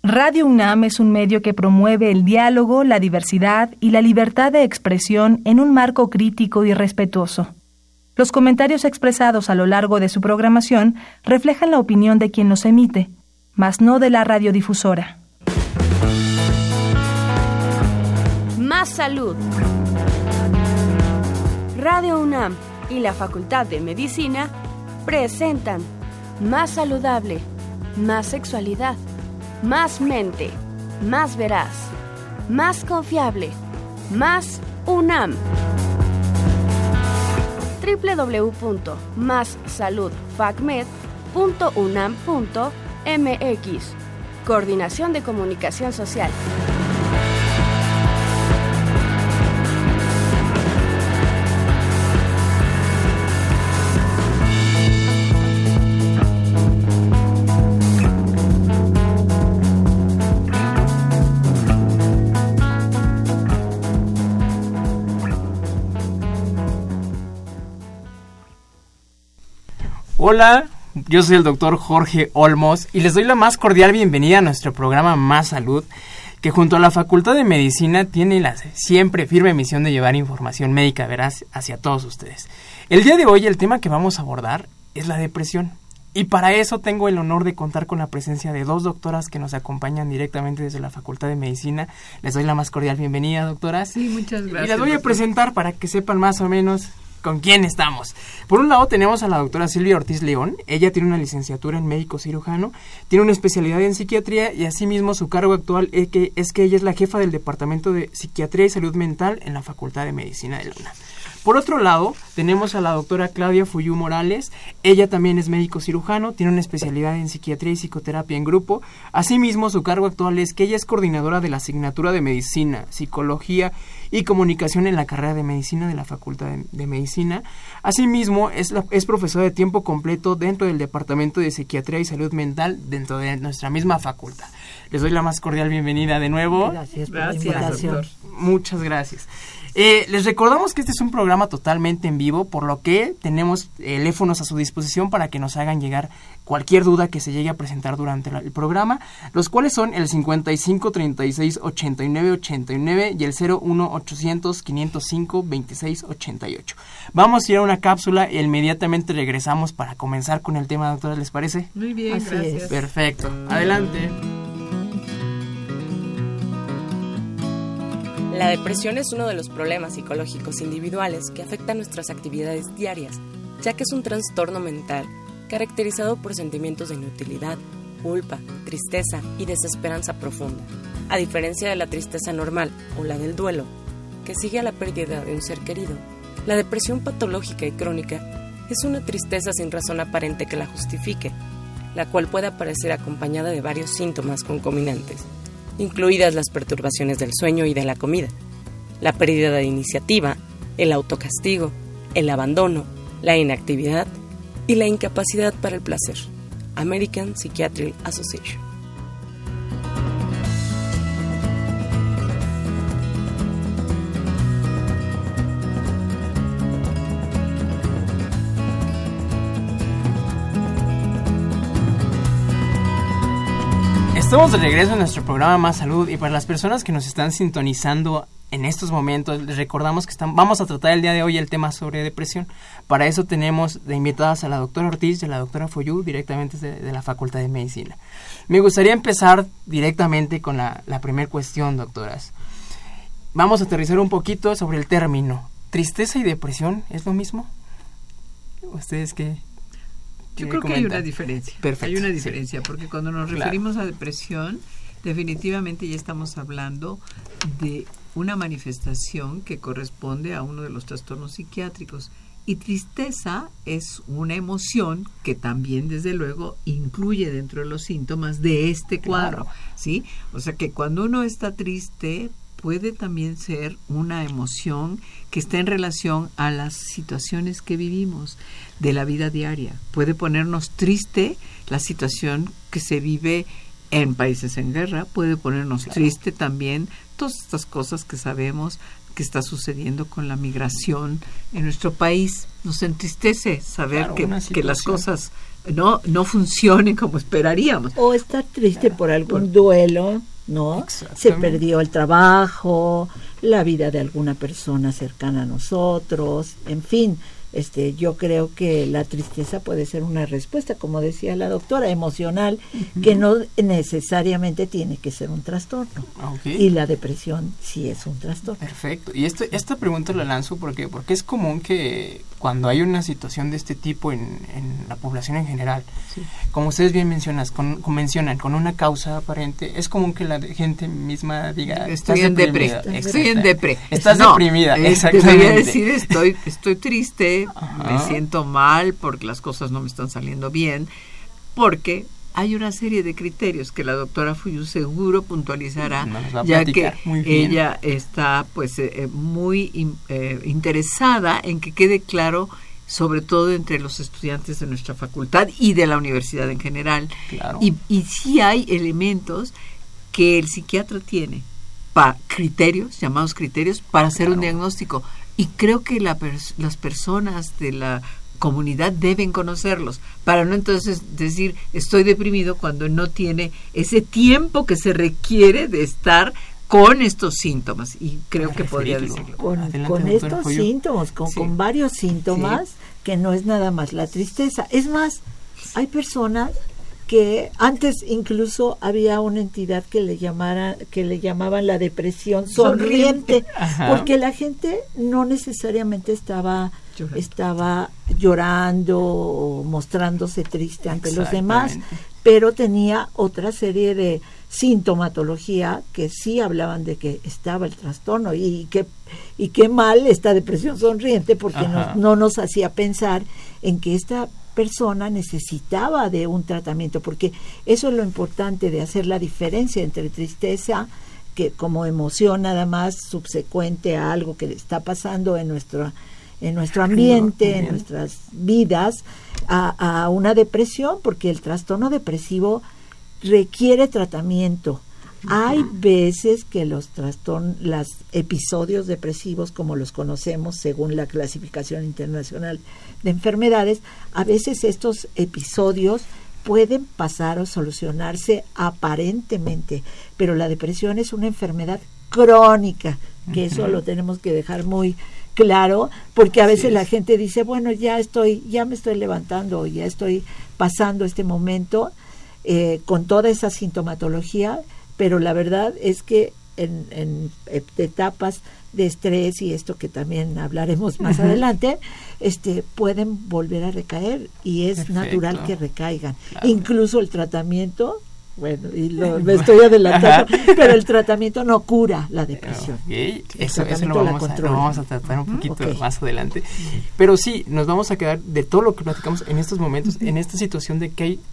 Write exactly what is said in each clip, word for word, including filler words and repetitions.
Radio UNAM es un medio que promueve el diálogo, la diversidad y la libertad de expresión en un marco crítico y respetuoso. Los comentarios expresados a lo largo de su programación reflejan la opinión de quien los emite, mas no de la radiodifusora. Más salud. Radio UNAM y la Facultad de Medicina presentan Más saludable, más sexualidad, más mente, más veraz, más confiable, más UNAM. doble u doble u doble u punto más salud facmed punto unam punto m x. Coordinación de Comunicación Social. Hola, yo soy el doctor Jorge Olmos y les doy la más cordial bienvenida a nuestro programa Más Salud, que junto a la Facultad de Medicina tiene la siempre firme misión de llevar información médica veraz hacia todos ustedes. El día de hoy el tema que vamos a abordar es la depresión. Y para eso tengo el honor de contar con la presencia de dos doctoras que nos acompañan directamente desde la Facultad de Medicina. Les doy la más cordial bienvenida, doctoras. Sí, muchas gracias. Y las voy a presentar para que sepan más o menos ¿con quién estamos? Por un lado tenemos a la doctora Silvia Ortiz León. Ella tiene una licenciatura en médico cirujano, tiene una especialidad en psiquiatría y asimismo su cargo actual es que, es que ella es la jefa del Departamento de Psiquiatría y Salud Mental en la Facultad de Medicina de la UNAM. Por otro lado, tenemos a la doctora Claudia Fuyú Morales. Ella también es médico cirujano, tiene una especialidad en psiquiatría y psicoterapia en grupo. Asimismo, su cargo actual es que ella es coordinadora de la asignatura de Medicina, Psicología y Comunicación en la carrera de Medicina de la Facultad de, de Medicina. Asimismo, es, la, es profesora de tiempo completo dentro del Departamento de Psiquiatría y Salud Mental dentro de nuestra misma facultad. Les doy la más cordial bienvenida de nuevo. Gracias por la invitación. Muchas gracias. Eh, les recordamos que este es un programa totalmente en vivo, por lo que tenemos teléfonos a su disposición para que nos hagan llegar cualquier duda que se llegue a presentar durante la, el programa, los cuales son el cincuenta y cinco, treinta y seis, ochenta y nueve, ochenta y nueve y el cero uno ochocientos, quinientos cinco, veintiséis, ochenta y ocho. Vamos a ir a una cápsula e inmediatamente regresamos para comenzar con el tema, doctora, ¿les parece? Muy bien, Así gracias. es. Perfecto, adelante. La depresión es uno de los problemas psicológicos individuales que afectan nuestras actividades diarias, ya que es un trastorno mental caracterizado por sentimientos de inutilidad, culpa, tristeza y desesperanza profunda. A diferencia de la tristeza normal o la del duelo, que sigue a la pérdida de un ser querido, la depresión patológica y crónica es una tristeza sin razón aparente que la justifique, la cual puede aparecer acompañada de varios síntomas concomitantes, incluidas las perturbaciones del sueño y de la comida, la pérdida de iniciativa, el autocastigo, el abandono, la inactividad y la incapacidad para el placer. American Psychiatric Association. Estamos de regreso en nuestro programa Más Salud y para las personas que nos están sintonizando en estos momentos, les recordamos que estamos, vamos a tratar el día de hoy el tema sobre depresión. Para eso tenemos de invitadas a la doctora Ortiz y a la doctora Fuyú directamente de, de la Facultad de Medicina. Me gustaría empezar directamente con la, la primera cuestión, doctoras. Vamos a aterrizar un poquito sobre el término. ¿Tristeza y depresión es lo mismo? ¿Ustedes qué? Yo creo que hay una diferencia. Perfecto. Hay una diferencia, porque cuando nos Claro. referimos a depresión, definitivamente ya estamos hablando de una manifestación que corresponde a uno de los trastornos psiquiátricos. Y tristeza es una emoción que también, desde luego, incluye dentro de los síntomas de este cuadro, Claro. ¿sí? O sea que cuando uno está triste, puede también ser una emoción que está en relación a las situaciones que vivimos de la vida diaria. Puede ponernos triste la situación que se vive en países en guerra, puede ponernos Claro. triste también todas estas cosas que sabemos que está sucediendo con la migración en nuestro país. Nos entristece saber Claro, que, una que las situación. cosas no no funcione como esperaríamos. O estar triste por algún duelo, ¿no? Se perdió el trabajo, la vida de alguna persona cercana a nosotros, en fin. Este, yo creo que la tristeza puede ser una respuesta, como decía la doctora, emocional, uh-huh. que no necesariamente tiene que ser un trastorno. Okay. Y la depresión sí es un trastorno. Perfecto. Y este, esta pregunta la lanzo porque, porque es común que cuando hay una situación de este tipo en, en la población en general, sí. como ustedes bien mencionas, con, con, mencionan, con una causa aparente, es común que la gente misma diga, estoy en depre, estoy en depre. Estás no, deprimida, eh, exactamente. Debería decir, estoy, estoy triste, Ajá. me siento mal porque las cosas no me están saliendo bien, porque hay una serie de criterios que la doctora Fuyú seguro puntualizará, ya que ella está pues eh, muy eh, interesada en que quede claro, sobre todo entre los estudiantes de nuestra facultad y de la universidad en general. Claro. Y, y sí hay elementos que el psiquiatra tiene, para criterios, llamados criterios, para hacer claro. un diagnóstico. Y creo que la pers- las personas de la comunidad deben conocerlos, para no entonces decir estoy deprimido cuando no tiene ese tiempo que se requiere de estar con estos síntomas. Y creo que podría decirlo. Con, con estos Pollo. síntomas, con, sí. con varios síntomas, sí. que no es nada más la tristeza. Es más, hay personas que antes incluso había una entidad que le llamara, que le llamaban la depresión sonriente, porque la gente no necesariamente estaba llorando. estaba llorando o mostrándose triste ante los demás, pero tenía otra serie de sintomatología que sí hablaban de que estaba el trastorno y que y qué mal esta depresión sonriente, porque no, no nos hacía pensar en que esta persona necesitaba de un tratamiento, porque eso es lo importante de hacer la diferencia entre tristeza, que como emoción nada más subsecuente a algo que está pasando en nuestro en nuestro ambiente, en nuestras vidas, a, a una depresión, porque el trastorno depresivo requiere tratamiento. Hay veces que los trastornos, los episodios depresivos, como los conocemos según la clasificación internacional de enfermedades, a veces estos episodios pueden pasar o solucionarse aparentemente, pero la depresión es una enfermedad crónica, que eso lo tenemos que dejar muy claro, porque a veces sí. la gente dice, bueno, ya estoy, ya me estoy levantando, ya estoy pasando este momento eh, con toda esa sintomatología, pero la verdad es que en, en etapas de estrés y esto que también hablaremos más uh-huh. adelante, este pueden volver a recaer y es Perfecto. natural que recaigan. Claro. Incluso el tratamiento, bueno, y lo, me estoy adelantando, pero el tratamiento no cura la depresión. Okay. Eso, eso lo, vamos a, lo vamos a tratar un poquito okay. más adelante. Pero sí, nos vamos a quedar de todo lo que platicamos en estos momentos, uh-huh. en esta situación de que hay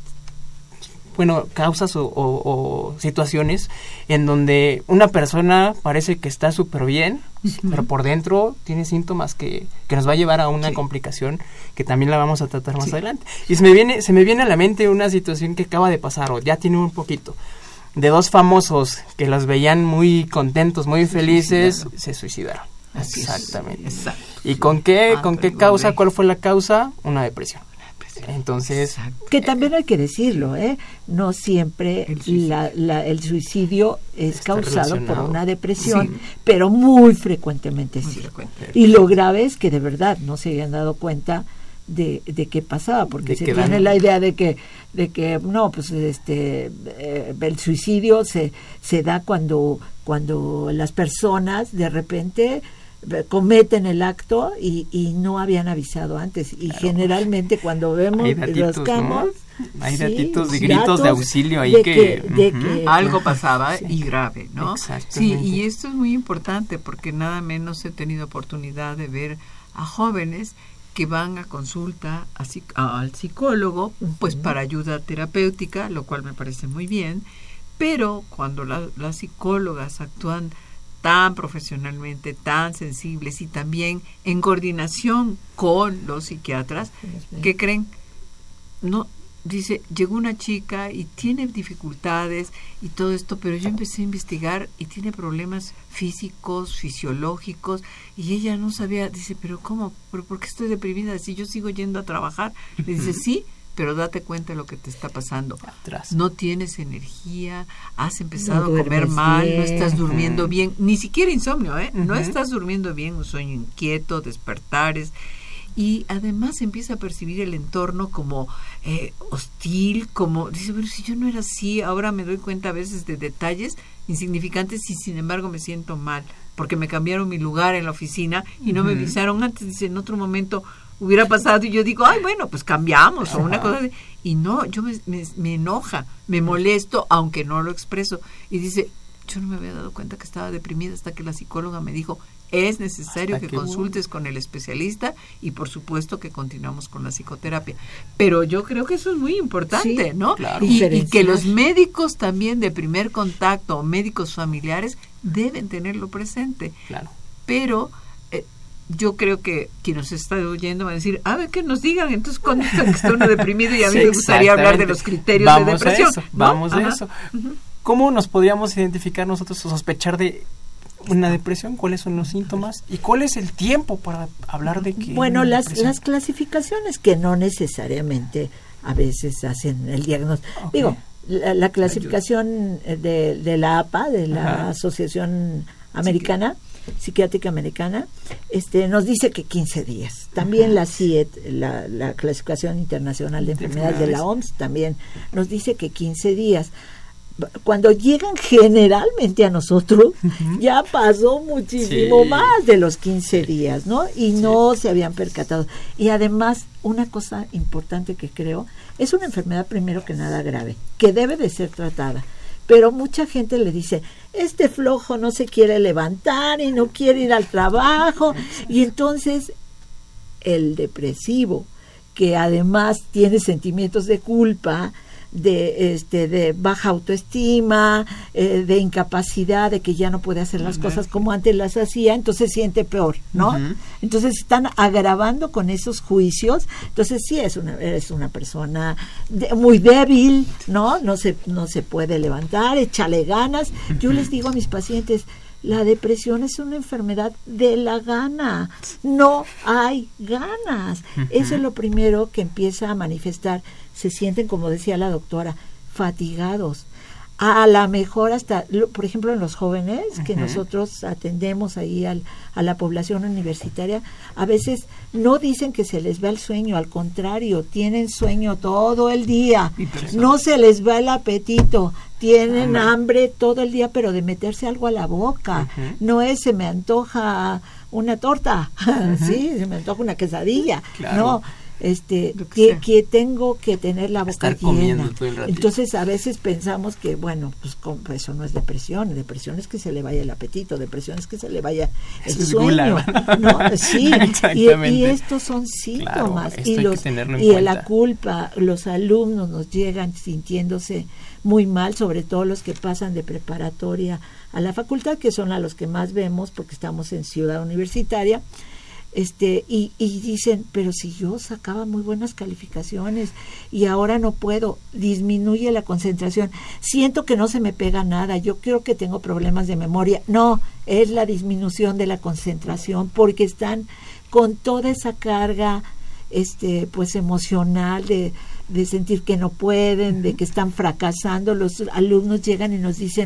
bueno, causas o, o, o situaciones en donde una persona parece que está súper bien, uh-huh. pero por dentro tiene síntomas que, que nos va a llevar a una sí. complicación que también la vamos a tratar más sí. adelante. Y se me viene se me viene a la mente una situación que acaba de pasar, o ya tiene un poquito, de dos famosos que los veían muy contentos, muy felices, se suicidaron. Se suicidaron. Así Exactamente. Es. Exacto. ¿Y con qué, ah, con qué causa? Ve. ¿Cuál fue la causa? Una depresión. Entonces, Exacto. que también hay que decirlo, ¿eh? No siempre el suicidio, la, la, el suicidio es Está causado por una depresión, sí. pero muy frecuentemente muy sí. Frecuente. Y lo grave es que de verdad no se habían dado cuenta de, de qué pasaba, porque de se tiene dan... la idea de que de que no, pues este eh, el suicidio se se da cuando cuando las personas de repente cometen el acto y, y no habían avisado antes y claro. generalmente cuando vemos los casos ¿no? hay datitos sí, de gritos datos de auxilio ahí de que, que, de uh-huh. que algo pasaba sí. y grave, ¿no? Exactamente. Sí, y esto es muy importante porque nada menos he tenido oportunidad de ver a jóvenes que van a consulta a, a, al psicólogo uh-huh. pues para ayuda terapéutica, lo cual me parece muy bien, pero cuando la, las psicólogas actúan tan profesionalmente, tan sensibles y también en coordinación con los psiquiatras, ¿qué creen? No, dice, llegó una chica y tiene dificultades y todo esto, pero yo empecé a investigar y tiene problemas físicos, fisiológicos, y ella no sabía, dice, pero ¿cómo? ¿Pero por qué estoy deprimida si yo sigo yendo a trabajar? Le dice, sí, pero date cuenta de lo que te está pasando. Atrás. No tienes energía, has empezado No a comer mal, bien. no estás durmiendo uh-huh. bien, ni siquiera insomnio, ¿eh? Uh-huh. No estás durmiendo bien, un sueño inquieto, despertares, y además empieza a percibir el entorno como eh, hostil, como, dice, pero si yo no era así, ahora me doy cuenta a veces de detalles insignificantes y sin embargo me siento mal, porque me cambiaron mi lugar en la oficina y no uh-huh. me avisaron antes, dice, en otro momento hubiera pasado y yo digo, ay, bueno, pues cambiamos, o una cosa así. Y no, yo me, me, me enoja, me molesto, aunque no lo expreso. Y dice, yo no me había dado cuenta que estaba deprimida hasta que la psicóloga me dijo, es necesario hasta que, que consultes bueno. con el especialista y por supuesto que continuamos con la psicoterapia. Pero yo creo que eso es muy importante, sí, ¿no? Claro. Y, y que los médicos también de primer contacto, o médicos familiares, deben tenerlo presente. Claro. Pero eh, yo creo que quien nos está oyendo va a decir, a ver, que nos digan, entonces cuando está, está uno deprimido, y a mí sí, me gustaría hablar de los criterios vamos de depresión. A eso, ¿no? Vamos Ajá. a eso. Uh-huh. ¿Cómo nos podríamos identificar nosotros o sospechar de una depresión? ¿Cuáles son los síntomas? ¿Y cuál es el tiempo para hablar de que Bueno, las, las clasificaciones que no necesariamente a veces hacen el diagnóstico. Okay. Digo, la, la clasificación de, de la A P A, de la Ajá. Asociación Americana, Psiquiátrica Americana, este, nos dice que quince días. También Ajá. la C I E T, la, la Clasificación Internacional de Enfermedades de la O M S, también nos dice que quince días. Cuando llegan generalmente a nosotros, uh-huh. ya pasó muchísimo sí. más de los quince días, ¿no? Y sí. no se habían percatado. Y además, una cosa importante que creo, es una enfermedad primero que nada grave, que debe de ser tratada. Pero mucha gente le dice, este flojo no se quiere levantar y no quiere ir al trabajo. Y entonces, el depresivo, que además tiene sentimientos de culpa, de este de baja autoestima, eh, de incapacidad, de que ya no puede hacer las uh-huh. cosas como antes las hacía, entonces siente peor, ¿no? Uh-huh. Entonces están agravando con esos juicios. Entonces sí es una es una persona de, muy débil, ¿no? No se no se puede levantar, échale ganas. Uh-huh. Yo les digo a mis pacientes, la depresión es una enfermedad de la gana, no hay ganas. Uh-huh. Eso es lo primero que empieza a manifestar. Se sienten, como decía la doctora, fatigados. A la mejor hasta, por ejemplo, en los jóvenes uh-huh. que nosotros atendemos ahí al, a la población universitaria, a veces no dicen que se les va el sueño, al contrario, tienen sueño todo el día, no se les va el apetito, tienen uh-huh. hambre todo el día, pero de meterse algo a la boca, uh-huh. no es se me antoja una torta, uh-huh. sí, se me antoja una quesadilla, claro. no, este que, que tengo que tener la boca estar llena. Entonces a veces pensamos que bueno, pues eso no es depresión, depresión es que se le vaya el apetito, depresión es que se le vaya el eso sueño, es ¿no? Sí, y, y estos son síntomas, claro, y los y cuenta. La culpa, los alumnos nos llegan sintiéndose muy mal, sobre todo los que pasan de preparatoria a la facultad, que son a los que más vemos porque estamos en Ciudad Universitaria. Este y, y dicen, pero si yo sacaba muy buenas calificaciones y ahora no puedo, disminuye la concentración, siento que no se me pega nada, yo creo que tengo problemas de memoria. No, es la disminución de la concentración porque están con toda esa carga este pues emocional de, de sentir que no pueden, de que están fracasando. Los alumnos llegan y nos dicen,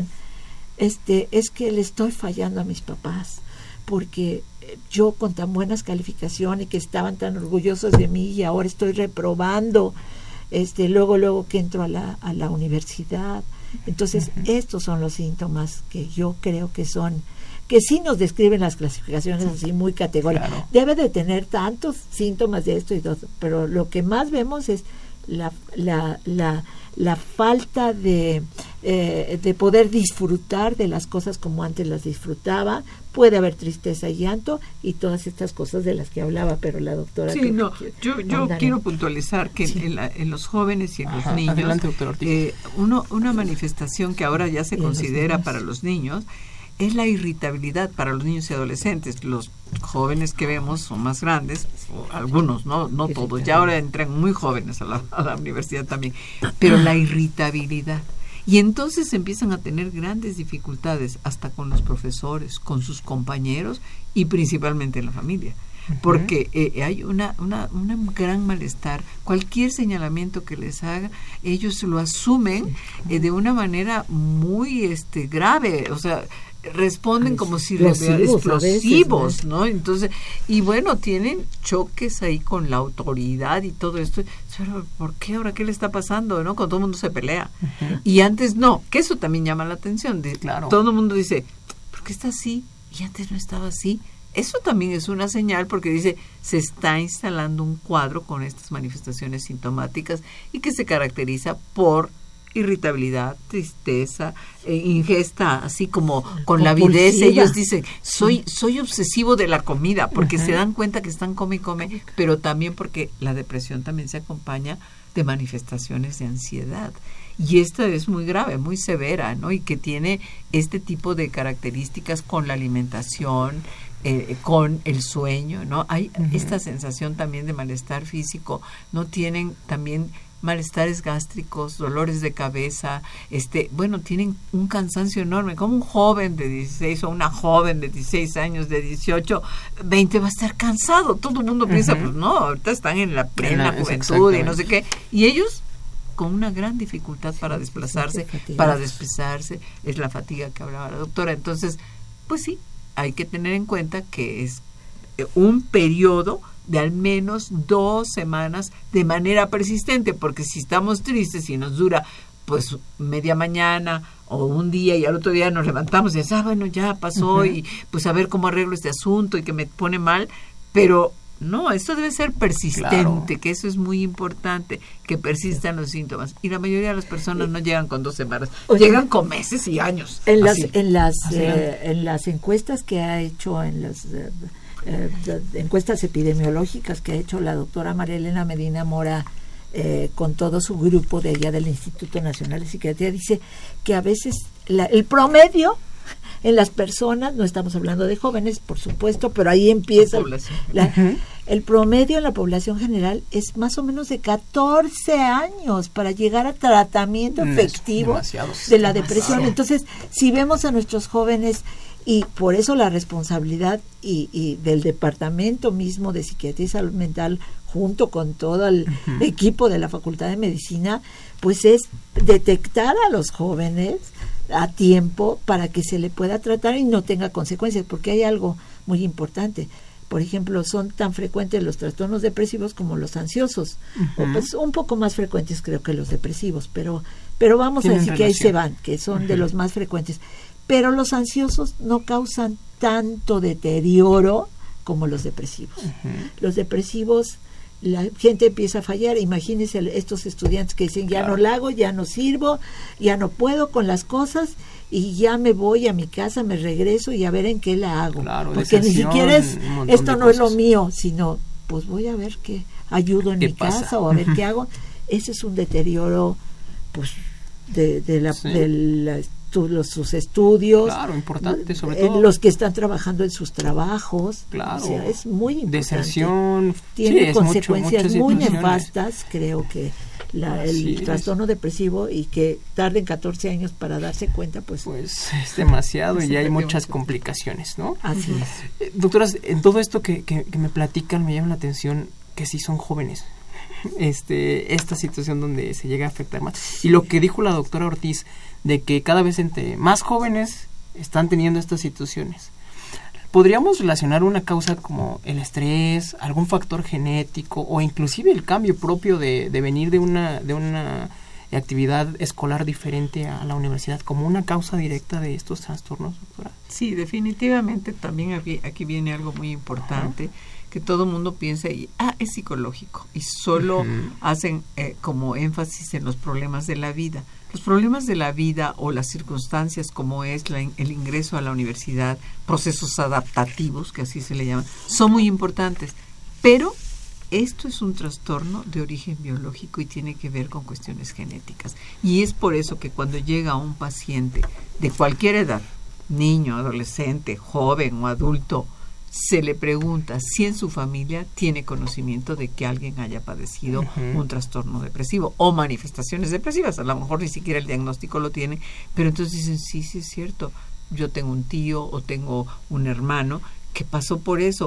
este es que le estoy fallando a mis papás porque yo con tan buenas calificaciones que estaban tan orgullosos de mí y ahora estoy reprobando, este luego luego que entro a la a la universidad. Entonces uh-huh. estos son los síntomas que yo creo que son que sí nos describen las clasificaciones así muy categóricas. Claro. Debe de tener tantos síntomas de esto y todo, pero lo que más vemos es la la la la falta de eh, de poder disfrutar de las cosas como antes las disfrutaba. Puede haber tristeza y llanto y todas estas cosas de las que hablaba, pero la doctora... Sí, no, yo, yo quiero puntualizar que sí. en, la, en los jóvenes y en Ajá, los niños, adelante, doctor Ortiz. Eh, uno, una manifestación que ahora ya se y considera los para los niños es la irritabilidad para los niños y adolescentes. Los jóvenes que vemos son más grandes, algunos, no no todos, ya ahora entran muy jóvenes a la, a la universidad también, pero la irritabilidad. Y entonces empiezan a tener grandes dificultades hasta con los profesores, con sus compañeros y principalmente en la familia. porque eh, hay una, una, una gran malestar. Cualquier señalamiento que les haga, ellos lo asumen eh, de una manera muy este grave, o sea, responden Ay, como si explosivos, explosivos veces, ¿no? Entonces, y bueno, tienen choques ahí con la autoridad y todo esto. Pero, ¿por qué ahora qué le está pasando, no? Cuando todo el mundo se pelea. Uh-huh. Y antes no, que eso también llama la atención. De, claro. Todo el mundo dice, ¿por qué está así? Y antes no estaba así. Eso también es una señal porque dice, se está instalando un cuadro con estas manifestaciones sintomáticas y que se caracteriza por irritabilidad, tristeza, eh, ingesta, así como con la avidez. Ellos dicen, soy soy obsesivo de la comida, porque uh-huh. se dan cuenta que están come y come, pero también porque la depresión también se acompaña de manifestaciones de ansiedad. Y esta es muy grave, muy severa, ¿no? Y que tiene este tipo de características con la alimentación, eh, con el sueño, ¿no? Hay uh-huh. esta sensación también de malestar físico, ¿no? Tienen también malestares gástricos, dolores de cabeza, este, bueno, tienen un cansancio enorme, como un joven de dieciséis o una joven de dieciséis años, de dieciocho, veinte va a estar cansado. Todo el mundo uh-huh. piensa, pues no, ahorita están en la plena en la, juventud y no sé qué, y ellos con una gran dificultad para desplazarse, para despesarse, es la fatiga que hablaba la doctora. Entonces, pues sí, hay que tener en cuenta que es un periodo de al menos dos semanas de manera persistente, porque si estamos tristes y nos dura pues media mañana o un día y al otro día nos levantamos y decimos, ah, bueno, ya pasó uh-huh. y pues a ver cómo arreglo este asunto y que me pone mal, pero no, esto debe ser persistente, claro. que eso es muy importante, que persistan los síntomas. Y la mayoría de las personas no llegan con dos semanas, Oye, llegan con meses y años. En las en las eh, en las encuestas que ha hecho, en las eh, eh, encuestas epidemiológicas que ha hecho la doctora María Elena Medina Mora eh, con todo su grupo de allá del Instituto Nacional de Psiquiatría, dice que a veces la, el promedio en las personas, no estamos hablando de jóvenes, por supuesto, pero ahí empieza la la, uh-huh. el promedio en la población general es más o menos de catorce años para llegar a tratamiento efectivo de la depresión. Entonces, si vemos a nuestros jóvenes, y por eso la responsabilidad y, y del departamento mismo de Psiquiatría y Salud Mental, junto con todo el uh-huh. equipo de la Facultad de Medicina, pues es detectar a los jóvenes a tiempo para que se le pueda tratar y no tenga consecuencias, porque hay algo muy importante. Por ejemplo, son tan frecuentes los trastornos depresivos como los ansiosos, uh-huh. o pues un poco más frecuentes creo que los depresivos, pero pero vamos a decir relación? que ahí se van, que son uh-huh. de los más frecuentes. Pero los ansiosos no causan tanto deterioro como los depresivos. Uh-huh. Los depresivos, la gente empieza a fallar. Imagínense estos estudiantes que dicen, ya claro. no la hago, ya no sirvo, ya no puedo con las cosas y ya me voy a mi casa, me regreso y a ver en qué la hago. Claro, porque ni siquiera es, esto no es lo mío, sino pues voy a ver qué ayudo en mi pasa? casa o a ver qué hago. Ese es un deterioro pues de, de la... Sí. De la Los, sus estudios, claro, importante, sobre todo los que están trabajando en sus trabajos, claro, o sea, es muy importante. Deserción, tiene sí, consecuencias mucho, muy nefastas, creo que la, el es. trastorno depresivo, y que tarden catorce años para darse cuenta, pues pues es demasiado y hay muchas complicaciones, ¿no? Así es. Eh, doctoras, en todo esto que, que, que me platican me llama la atención que sí son jóvenes. Este, esta situación donde se llega a afectar más. Y lo que dijo la doctora Ortiz, de que cada vez entre más jóvenes están teniendo estas situaciones. ¿Podríamos relacionar una causa como el estrés, algún factor genético o inclusive el cambio propio de, de venir de una, de una actividad escolar diferente a la universidad como una causa directa de estos trastornos, doctora? Sí, definitivamente también aquí, aquí viene algo muy importante. Ajá. Que todo el mundo piensa y ah, es psicológico, y solo uh-huh. hacen eh, como énfasis en los problemas de la vida. Los problemas de la vida o las circunstancias como es la, el ingreso a la universidad, procesos adaptativos, que así se le llaman, son muy importantes, pero esto es un trastorno de origen biológico y tiene que ver con cuestiones genéticas. Y es por eso que cuando llega un paciente de cualquier edad, niño, adolescente, joven o adulto, se le pregunta si en su familia tiene conocimiento de que alguien haya padecido uh-huh. un trastorno depresivo o manifestaciones depresivas. A lo mejor ni siquiera el diagnóstico lo tiene, pero entonces dicen, sí, sí es cierto, yo tengo un tío o tengo un hermano que pasó por eso.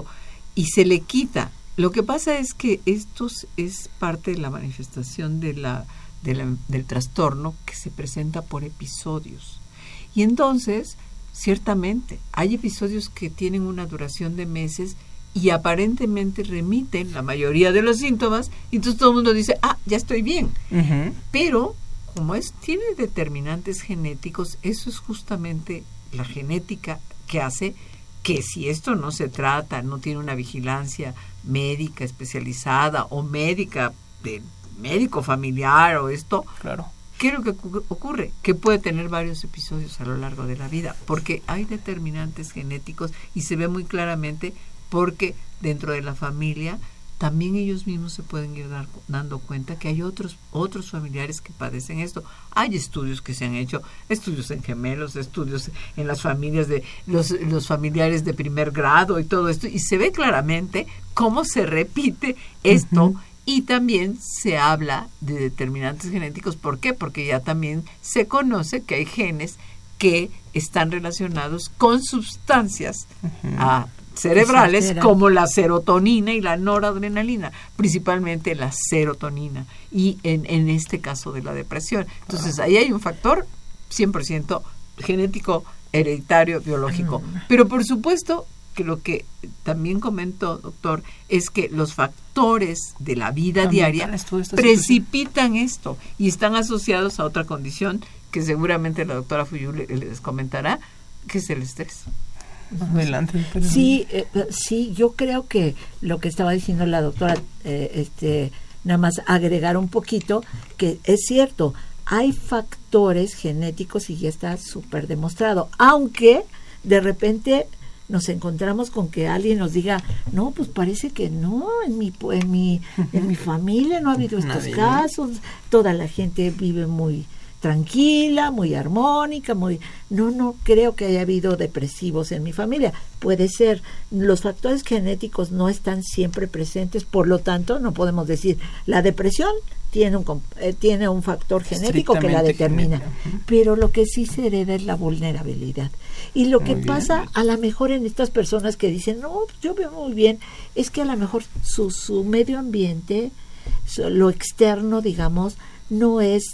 y se le quita. Lo que pasa es que esto es parte de la manifestación de la, de la, del trastorno que se presenta por episodios. Y entonces, ciertamente, hay episodios que tienen una duración de meses y aparentemente remiten la mayoría de los síntomas, y entonces todo el mundo dice, ah, ya estoy bien. Uh-huh. Pero, como es tiene determinantes genéticos, eso es justamente la genética que hace que si esto no se trata, no tiene una vigilancia médica especializada o médica de médico familiar o esto, claro. ¿Qué es lo que ocurre? Que puede tener varios episodios a lo largo de la vida, porque hay determinantes genéticos y se ve muy claramente porque dentro de la familia también ellos mismos se pueden ir dar, dando cuenta que hay otros otros familiares que padecen esto. Hay estudios que se han hecho, estudios en gemelos, estudios en las familias de los, los familiares de primer grado y todo esto, y se ve claramente cómo se repite esto. Uh-huh. Y también se habla de determinantes genéticos. ¿Por qué? Porque ya también se conoce que hay genes que están relacionados con sustancias uh-huh. a cerebrales como la serotonina y la noradrenalina, principalmente la serotonina, y en, en este caso de la depresión. Entonces ahí hay un factor cien por ciento genético, hereditario, biológico. Pero por supuesto que lo que también comentó, doctor, es que los factores de la vida también diaria precipitan esto y están asociados a otra condición que seguramente la doctora Fuyú les comentará, que es el estrés. Adelante. Sí, eh, sí, yo creo que lo que estaba diciendo la doctora, eh, este, nada más agregar un poquito, que es cierto, hay factores genéticos y ya está súper demostrado, aunque de repente nos encontramos con que alguien nos diga, no, pues parece que no, en mi en mi, en mi familia no ha habido estos Nadie. casos, toda la gente vive muy tranquila, muy armónica, muy... No, no creo que haya habido depresivos en mi familia. Puede ser. Los factores genéticos no están siempre presentes, por lo tanto, no podemos decir, la depresión tiene un, eh, tiene un factor genético que la determina. Genética. Pero lo que sí se hereda es la vulnerabilidad. Y lo que muy pasa, bien. a lo mejor en estas personas que dicen, no, yo veo muy bien, es que a lo mejor su, su medio ambiente, su, lo externo, digamos, no es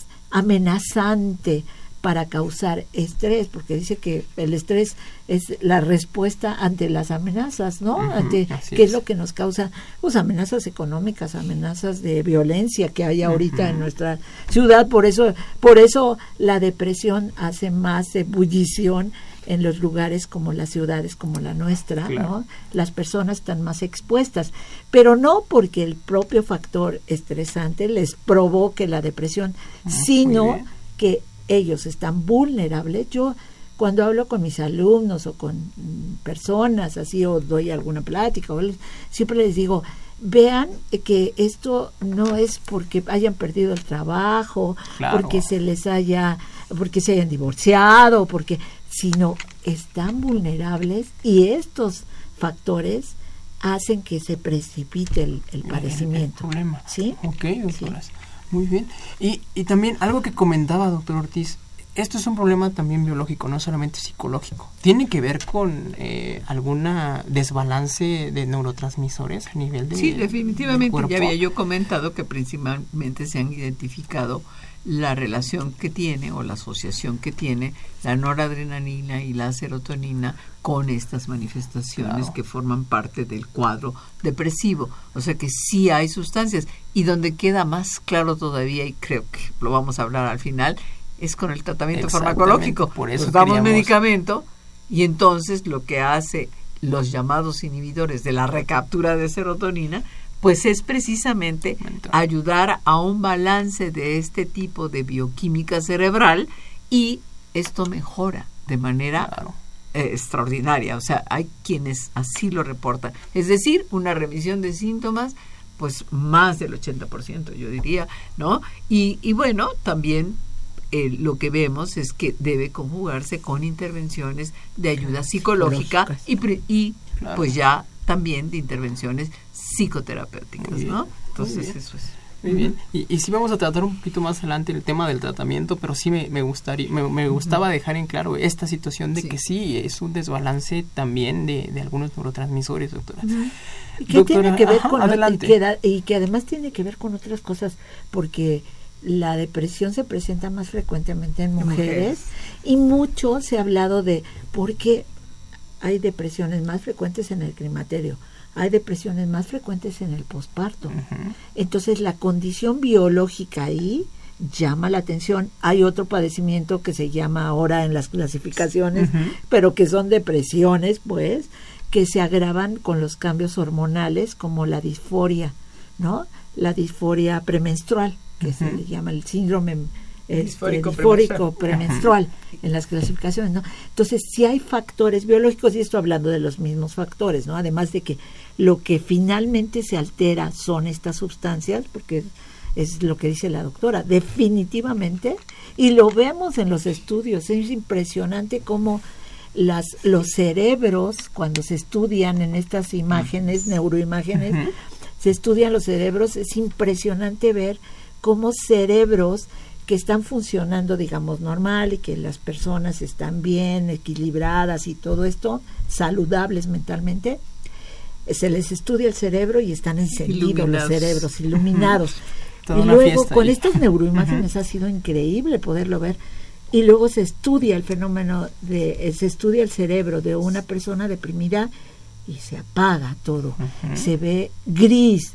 amenazante para causar estrés, porque dice que el estrés es la respuesta ante las amenazas, ¿no? Uh-huh, ante qué es. es lo que nos causa, pues amenazas económicas, amenazas de violencia que hay ahorita uh-huh. en nuestra ciudad. Por eso, por eso la depresión hace más ebullición en los lugares como las ciudades como la nuestra, claro. ¿no? Las personas están más expuestas, pero no porque el propio factor estresante les provoque la depresión, ah, sino que ellos están vulnerables. Yo cuando hablo con mis alumnos o con mm, personas así, o doy alguna plática, o les, siempre les digo, vean que esto no es porque hayan perdido el trabajo, claro. porque se les haya, porque se hayan divorciado, porque sino están vulnerables, y estos factores hacen que se precipite el, el padecimiento. El problema. ¿Sí? Ok, doctora. Sí. Muy bien. Y, y también algo que comentaba, doctor Ortiz, esto es un problema también biológico, no solamente psicológico. ¿Tiene que ver con eh, alguna desbalance de neurotransmisores a nivel de Sí, definitivamente. Ya había yo comentado que principalmente se han identificado la relación que tiene o la asociación que tiene la noradrenalina y la serotonina con estas manifestaciones claro. que forman parte del cuadro depresivo. O sea que sí hay sustancias, y donde queda más claro todavía, y creo que lo vamos a hablar al final, es con el tratamiento farmacológico. Por eso pues damos queríamos... medicamento, y entonces lo que hace los llamados inhibidores de la recaptura de serotonina, pues es precisamente ayudar a un balance de este tipo de bioquímica cerebral, y esto mejora de manera claro. eh, extraordinaria. O sea, hay quienes así lo reportan. Es decir, una remisión de síntomas, pues más del ochenta por ciento, yo diría, ¿no? Y, y bueno, también eh, lo que vemos es que debe conjugarse con intervenciones de ayuda psicológica y, y claro. pues ya también de intervenciones psicoterapéuticas, ¿no? Entonces eso es. Muy bien. Y, y sí vamos a tratar un poquito más adelante el tema del tratamiento, pero sí me, me gustaría, me, me gustaba dejar en claro esta situación de sí. que sí es un desbalance también de, de algunos neurotransmisores, doctora. Uh-huh. Y que doctora, tiene que ver ajá, con adelante. Y que, y que además tiene que ver con otras cosas, porque la depresión se presenta más frecuentemente en mujeres, mujeres. Y mucho se ha hablado de por qué hay depresiones más frecuentes en el climaterio. Hay depresiones más frecuentes en el posparto. Uh-huh. Entonces, la condición biológica ahí llama la atención. Hay otro padecimiento que se llama ahora en las clasificaciones, uh-huh. pero que son depresiones, pues, que se agravan con los cambios hormonales, como la disforia, ¿no? La disforia premenstrual, que uh-huh. se le llama el síndrome disfórico, este, disfórico premenstrual, uh-huh. en las clasificaciones, ¿no? Entonces, sí hay factores biológicos, y esto hablando de los mismos factores, ¿no? Además de que lo que finalmente se altera son estas sustancias, porque es lo que dice la doctora, definitivamente, y lo vemos en los estudios, es impresionante cómo las, los cerebros, cuando se estudian en estas imágenes, uh-huh. neuroimágenes, uh-huh. se estudian los cerebros, es impresionante ver cómo cerebros que están funcionando, digamos, normal, y que las personas están bien, equilibradas y todo esto, saludables mentalmente, se les estudia el cerebro y están encendidos iluminados. Los cerebros, iluminados. Y luego con ahí. Estas neuroimágenes uh-huh. ha sido increíble poderlo ver. Y luego se estudia el fenómeno, de se estudia el cerebro de una persona deprimida y se apaga todo. Uh-huh. Se ve gris,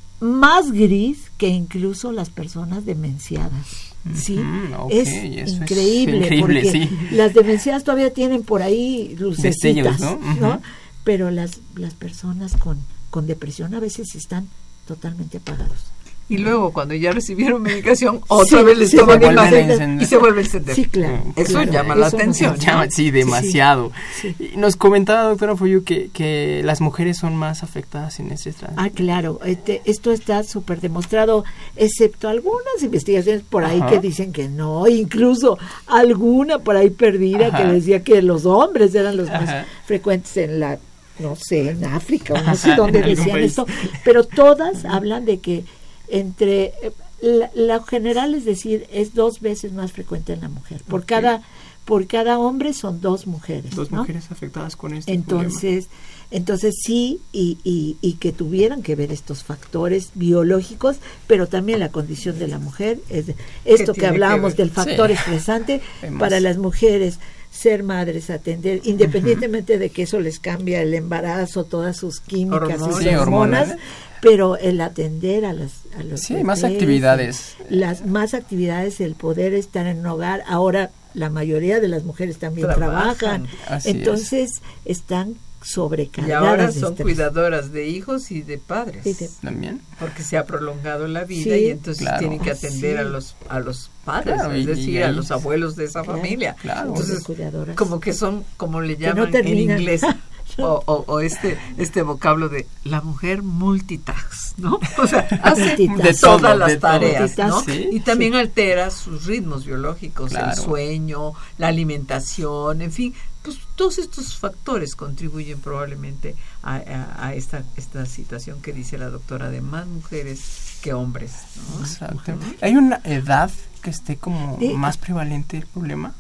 más gris que incluso las personas demenciadas. Sí, uh-huh, okay, es increíble, es increíble porque sí. las demenciadas todavía tienen por ahí lucecitas, ¿no? Uh-huh. ¿no? Pero las las personas con, con depresión a veces están totalmente apagados. Y luego cuando ya recibieron medicación, otra sí, vez les toman imagen y se vuelve a encender. Sí, claro. Eso claro, llama eso la atención. ¿no? Llama, sí, demasiado. Sí, sí. Nos comentaba, doctora Foyu, que, que las mujeres son más afectadas en ese trance. Ah, claro. Este, esto está súper demostrado, excepto algunas investigaciones por ahí Ajá. que dicen que no, incluso alguna por ahí perdida Ajá. que decía que los hombres eran los Ajá. más frecuentes en la, no sé, en África o no sé dónde decían esto, pero todas hablan de que entre la, la general, es decir, es dos veces más frecuente en la mujer. Por okay. cada por cada hombre son dos mujeres. Dos ¿no? mujeres afectadas con este entonces, problema. Entonces sí, y, y, y que tuvieran que ver estos factores biológicos, pero también la condición de la mujer. Es esto que hablábamos que del factor sí. estresante para las mujeres. Ser madres, atender, independientemente uh-huh. de que eso les cambia el embarazo, todas sus químicas hormonas, y sus sí, hormonas, hormonas, pero el atender a las a los sí, bebés, más actividades, las más actividades, el poder estar en un hogar. Ahora la mayoría de las mujeres también trabajan, trabajan. entonces es. están sobrecargadas. Y ahora de son estrés. Cuidadoras de hijos y de padres. Sí, de, también. Porque se ha prolongado la vida sí, y entonces claro. tienen que atender sí. a los a los padres, claro, es decir, y, y a los abuelos de esa claro, familia. Claro. Entonces, como que son, como le llaman no en inglés, o, o, o este este vocablo de la mujer multitask, ¿no? O sea, hace de todas todo, las de tareas, todo. ¿no? Sí, y también sí. altera sus ritmos biológicos, claro. el sueño, la alimentación, en fin, pues todos estos factores contribuyen probablemente a, a, a esta esta situación que dice la doctora de más mujeres que hombres, ¿no? Exacto. ¿Hay una edad que esté como sí. más prevalente el problema?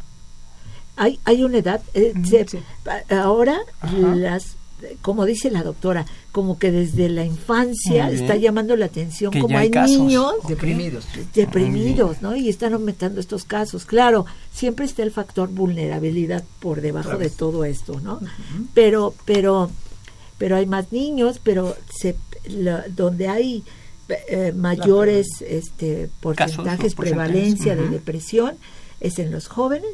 Hay hay una edad, eh, mm, se, sí. ahora Ajá. las, como dice la doctora, como que desde la infancia está llamando la atención, que como hay, hay niños deprimidos, deprimidos, ¿no? Y están aumentando estos casos. Claro, siempre está el factor vulnerabilidad por debajo claro. de todo esto, ¿no? Uh-huh. Pero pero pero hay más niños, pero se la, donde hay eh, mayores la, este porcentajes, casos, prevalencia uh-huh. de depresión es en los jóvenes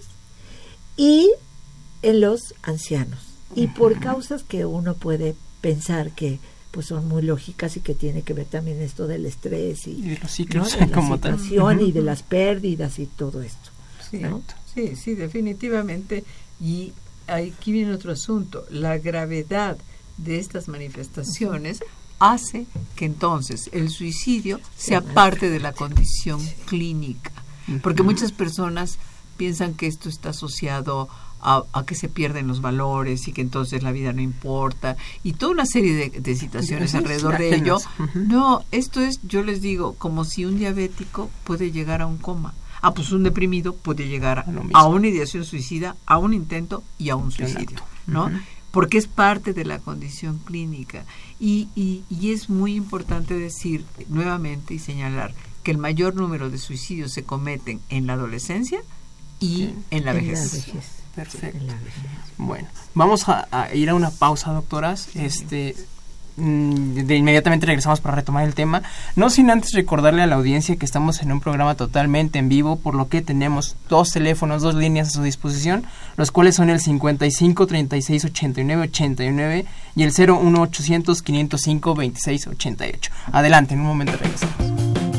y en los ancianos. Y uh-huh. por causas que uno puede pensar que pues son muy lógicas y que tiene que ver también esto del estrés y, y de los ciclos, ¿no? de como la situación uh-huh. y de las pérdidas y todo esto. Sí, ¿no? sí, sí, definitivamente. Y aquí viene otro asunto. La gravedad de estas manifestaciones uh-huh. hace que entonces el suicidio sea parte de la condición clínica. Uh-huh. Porque muchas personas piensan que esto está asociado a, a que se pierden los valores y que entonces la vida no importa y toda una serie de, de situaciones sí, alrededor de ello. Uh-huh. No, esto es, yo les digo, como si un diabético puede llegar a un coma. Ah, pues un deprimido puede llegar a, a una ideación suicida, a un intento y a un suicidio, ¿no? Uh-huh. Porque es parte de la condición clínica. Y, y, y es muy importante decir nuevamente y señalar que el mayor número de suicidios se cometen en la adolescencia y sí, en la vejez. En la vejez. Perfecto. En la vejez. Bueno, vamos a, a ir a una pausa, doctoras. Este... de inmediatamente regresamos para retomar el tema, no sin antes recordarle a la audiencia que estamos en un programa totalmente en vivo, por lo que tenemos dos teléfonos, dos líneas a su disposición, los cuales son el cincuenta y cinco, treinta y seis, ochenta y nueve, ochenta y nueve y el cero uno ochocientos, quinientos cinco, veintiséis ochenta y ocho. Adelante, en un momento regresamos.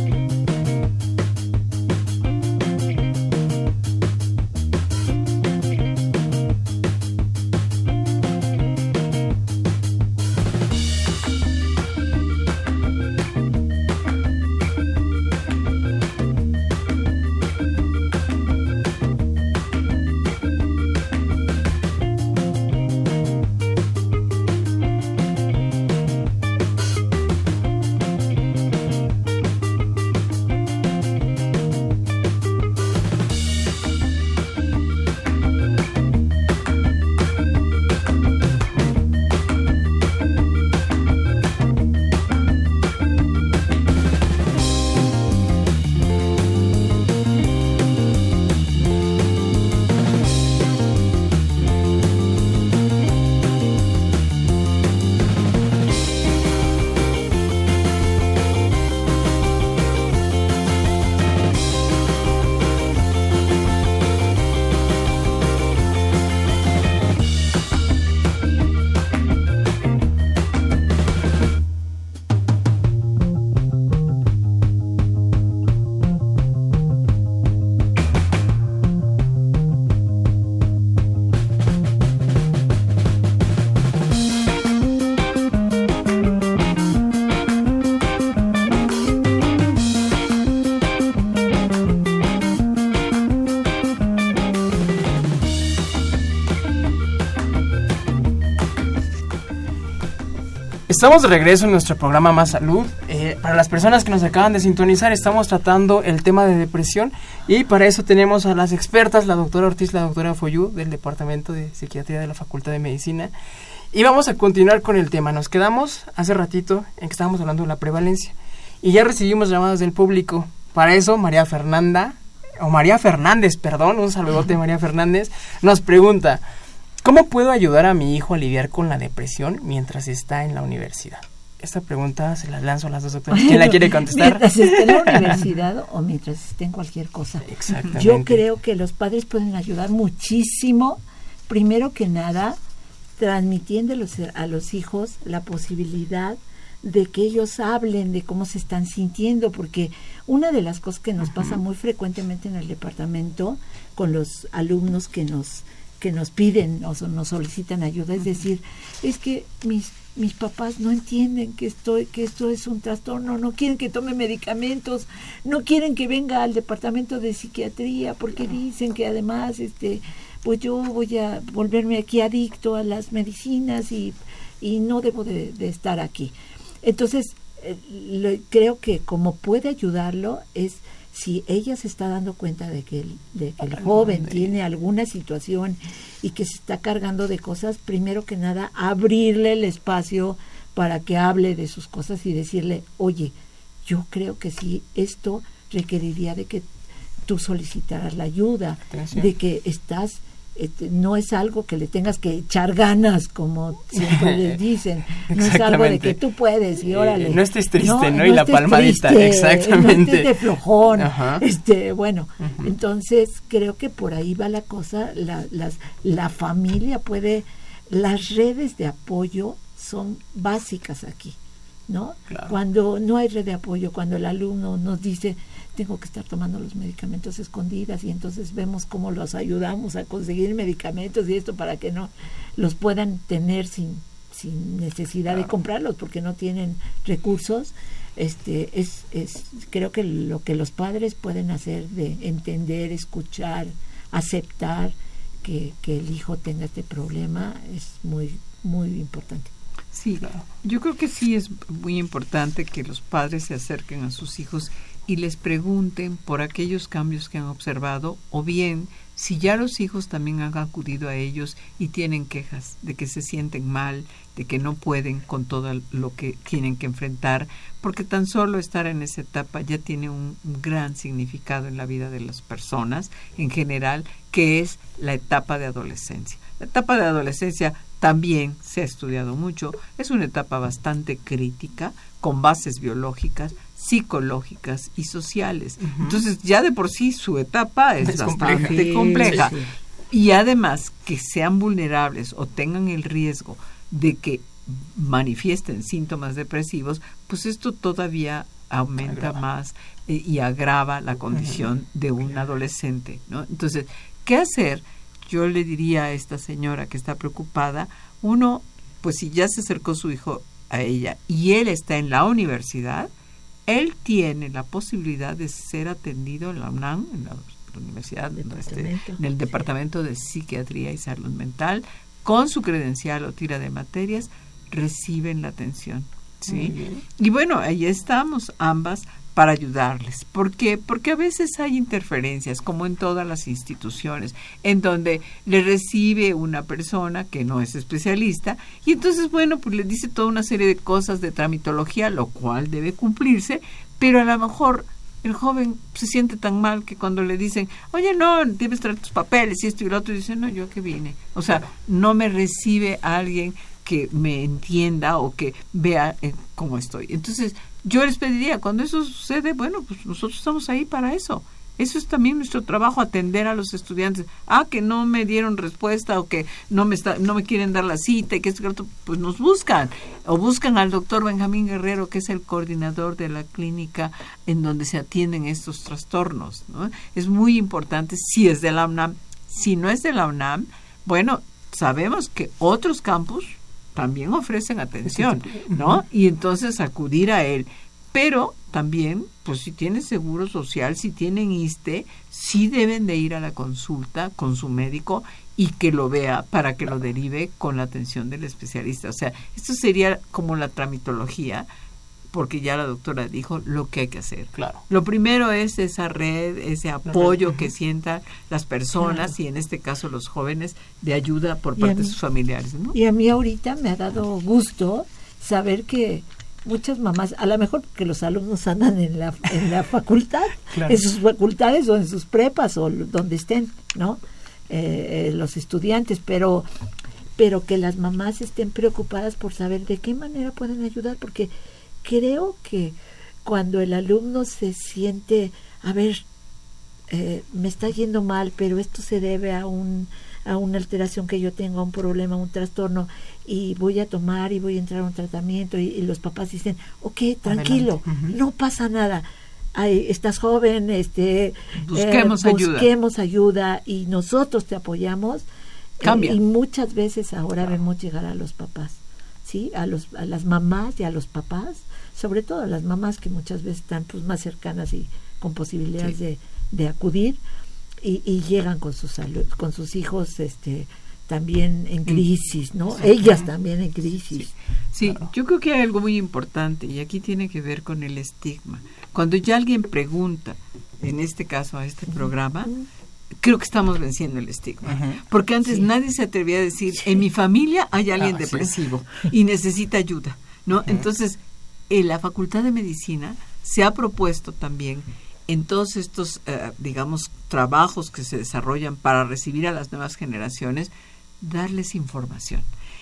Estamos de regreso en nuestro programa Más Salud. Eh, para las personas que nos acaban de sintonizar, estamos tratando el tema de depresión y para eso tenemos a las expertas, la doctora Ortiz, la doctora Foyú, del Departamento de Psiquiatría de la Facultad de Medicina. Y vamos a continuar con el tema. Nos quedamos hace ratito en que estábamos hablando de la prevalencia y ya recibimos llamadas del público. Para eso, María Fernanda, o María Fernández, perdón, un saludote María Fernández, nos pregunta: ¿cómo puedo ayudar a mi hijo a lidiar con la depresión mientras está en la universidad? Esta pregunta se la lanzo a las dos doctoras. ¿Quién la quiere contestar? Mientras esté en la universidad o mientras esté en cualquier cosa. Exactamente. Yo creo que los padres pueden ayudar muchísimo, primero que nada, transmitiéndoles a los hijos la posibilidad de que ellos hablen de cómo se están sintiendo, porque una de las cosas que nos uh-huh. pasa muy frecuentemente en el departamento con los alumnos que nos que nos piden o nos solicitan ayuda, es decir, es que mis mis papás no entienden que estoy que esto es un trastorno, no quieren que tome medicamentos, no quieren que venga al departamento de psiquiatría porque dicen que además este pues yo voy a volverme aquí adicto a las medicinas y, y no debo de, de estar aquí. Entonces, eh, le, creo que como puede ayudarlo es si ella se está dando cuenta de que el, de que el joven tiene alguna situación y que se está cargando de cosas, primero que nada, abrirle el espacio para que hable de sus cosas y decirle, oye, yo creo que sí, esto requeriría de que tú solicitaras la ayuda, Atención. de que estás... Este, no es algo que le tengas que echar ganas, como siempre les dicen, no es algo de que tú puedes y órale. Eh, no estés triste, ¿no? ¿no? Y no la palmadita, triste, exactamente. No estés de flojón, Ajá. este, bueno, uh-huh. entonces creo que por ahí va la cosa, la, las, la familia puede, las redes de apoyo son básicas aquí, ¿no? Claro. Cuando no hay red de apoyo, cuando el alumno nos dice, tengo que estar tomando los medicamentos escondidas y entonces vemos cómo los ayudamos a conseguir medicamentos y esto para que no los puedan tener sin sin necesidad claro. de comprarlos porque no tienen recursos. Este es es creo que lo que los padres pueden hacer de entender, escuchar aceptar que, que el hijo tenga este problema es muy, muy importante. Sí, yo creo que sí es muy importante que los padres se acerquen a sus hijos y les pregunten por aquellos cambios que han observado, o bien si ya los hijos también han acudido a ellos y tienen quejas de que se sienten mal, de que no pueden con todo lo que tienen que enfrentar, porque tan solo estar en esa etapa ya tiene un, un gran significado en la vida de las personas en general, que es la etapa de adolescencia. La etapa de adolescencia también se ha estudiado mucho, es una etapa bastante crítica, con bases biológicas, psicológicas y sociales. Uh-huh. Entonces, ya de por sí su etapa es, es bastante compleja. Sí, sí. Y además, que sean vulnerables o tengan el riesgo de que manifiesten síntomas depresivos, pues esto todavía aumenta agrava. más eh, y agrava la condición uh-huh. de un adolescente, ¿no? Entonces, ¿qué hacer? Yo le diría a esta señora que está preocupada, uno, pues si ya se acercó su hijo a ella y él está en la universidad, él tiene la posibilidad de ser atendido en la UNAM, en la, la universidad, este, en el Departamento de Psiquiatría y Salud Mental, con su credencial o tira de materias, reciben la atención, ¿sí? Y bueno, ahí estamos ambas para ayudarles. ¿Por qué? Porque a veces hay interferencias, como en todas las instituciones, en donde le recibe una persona que no es especialista, y entonces, bueno, pues le dice toda una serie de cosas de tramitología, lo cual debe cumplirse, pero a lo mejor el joven se siente tan mal que cuando le dicen, oye, no, debes traer tus papeles y esto y lo otro, y dice, no, yo que vine. O sea, no me recibe a alguien que me entienda o que vea eh, cómo estoy. Entonces, yo les pediría, cuando eso sucede, bueno, pues nosotros estamos ahí para eso. Eso es también nuestro trabajo, atender a los estudiantes. Ah, que no me dieron respuesta o que no me está, no me quieren dar la cita y que esto y otro, pues nos buscan. O buscan al doctor Benjamín Guerrero, que es el coordinador de la clínica en donde se atienden estos trastornos, ¿no? Es muy importante, si es de la UNAM. Si no es de la UNAM, bueno, sabemos que otros campus también ofrecen atención, ¿no? Y entonces acudir a él. Pero también, pues si tienen seguro social, si tienen I S S S T E, sí deben de ir a la consulta con su médico y que lo vea para que lo derive con la atención del especialista. O sea, esto sería como la tramitología, porque ya la doctora dijo lo que hay que hacer. Claro. Lo primero es esa red, ese apoyo uh-huh. que sientan las personas, claro. y en este caso los jóvenes, de ayuda por parte mí, de sus familiares, ¿no? Y a mí ahorita me ha dado gusto saber que muchas mamás, a lo mejor porque los alumnos andan en la en la facultad, claro. en sus facultades o en sus prepas o donde estén, ¿no? Eh, eh, los estudiantes, pero pero que las mamás estén preocupadas por saber de qué manera pueden ayudar, porque creo que cuando el alumno se siente, a ver, eh, me está yendo mal, pero esto se debe a un a una alteración que yo tengo, a un problema, a un trastorno, y voy a tomar y voy a entrar a un tratamiento, y, y los papás dicen, ok, tranquilo, uh-huh. no pasa nada, Ay, estás joven, este busquemos, eh, ayuda. busquemos ayuda y nosotros te apoyamos. Cambia. Eh, y muchas veces ahora claro. vemos llegar a los papás, ¿sí? A los a las mamás y a los papás, sobre todo a las mamás que muchas veces están pues más cercanas y con posibilidades sí. de, de acudir, y, y llegan con sus con sus hijos este también en crisis, ¿no? Sí. Ellas también en crisis. Sí, sí claro. Yo creo que hay algo muy importante y aquí tiene que ver con el estigma. Cuando ya alguien pregunta, en este caso a este programa, uh-huh. creo que estamos venciendo el estigma. Uh-huh. Porque antes sí. nadie se atrevía a decir, sí. en mi familia hay alguien ah, depresivo sí. y necesita ayuda, ¿no? Uh-huh. Entonces, en la Facultad de Medicina se ha propuesto también en todos estos, eh, digamos, trabajos que se desarrollan para recibir a las nuevas generaciones, darles información.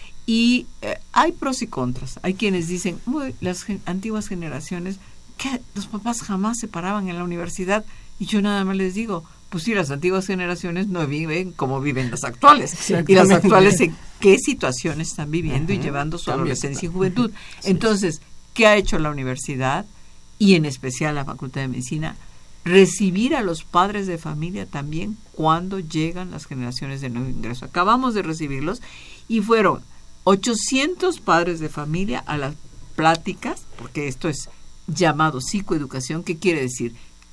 Y eh, hay pros y contras. Hay quienes dicen, uy, las gen- antiguas generaciones, que los papás jamás se paraban en la universidad, y yo nada más les digo, pues sí, las antiguas generaciones no viven como viven las actuales, y las actuales en qué situaciones están viviendo uh-huh. y llevando su También adolescencia está. y juventud. Sí. Entonces, ¿qué ha hecho la universidad, y en especial la Facultad de Medicina? Recibir a los padres de familia también cuando llegan las generaciones de nuevo ingreso. Acabamos de recibirlos y fueron ochocientos padres de familia a las pláticas, porque esto es llamado psicoeducación, que quiere decir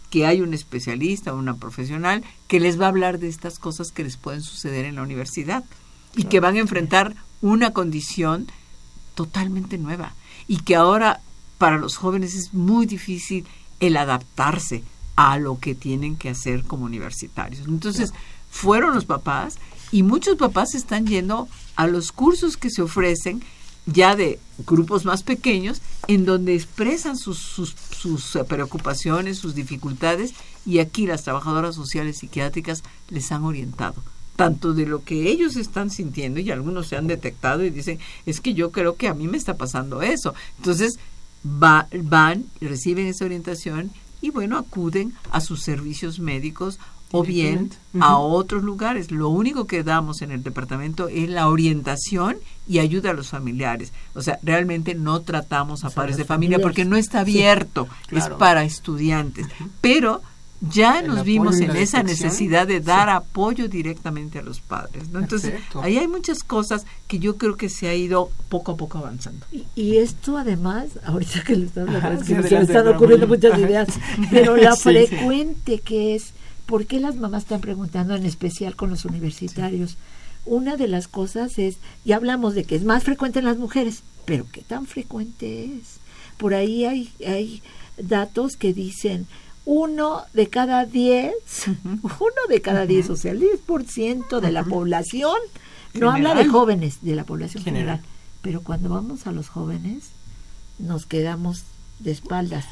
que hay un especialista o una profesional que les va a hablar de estas cosas que les pueden suceder en la universidad y que van a enfrentar una condición totalmente nueva y que ahora para los jóvenes es muy difícil el adaptarse a lo que tienen que hacer como universitarios. Entonces, fueron los papás y muchos papás están yendo a los cursos que se ofrecen ya de grupos más pequeños, en donde expresan sus, sus, sus preocupaciones, sus dificultades, y aquí las trabajadoras sociales psiquiátricas les han orientado, tanto de lo que ellos están sintiendo, y algunos se han detectado y dicen, es que yo creo que a mí me está pasando eso. Entonces, va, van, reciben esa orientación y, bueno, acuden a sus servicios médicos o bien uh-huh. a otros lugares. Lo único que damos en el departamento es la orientación y ayuda a los familiares. O sea, realmente no tratamos a o sea, padres de familia familias. Porque no está abierto, sí, claro. es para estudiantes. Uh-huh. Pero ya el nos vimos en esa necesidad de dar sí. apoyo directamente a los padres, ¿no? Entonces, perfecto. Ahí hay muchas cosas que yo creo que se ha ido poco a poco avanzando. Y, y esto además, ahorita que le están, Ajá, es que sí, se me están ocurriendo muchas ideas, pero la sí, frecuente sí. que es, ¿por qué las mamás están preguntando, en especial con los universitarios? Sí. Una de las cosas es, ya hablamos de que es más frecuente en las mujeres, pero ¿qué tan frecuente es? Por ahí hay, hay datos que dicen uno de cada diez, uh-huh. uno de cada uh-huh. diez, o sea, el diez por ciento de uh-huh. la población, no general. Habla de jóvenes, de la población general. general, pero cuando vamos a los jóvenes nos quedamos de espaldas,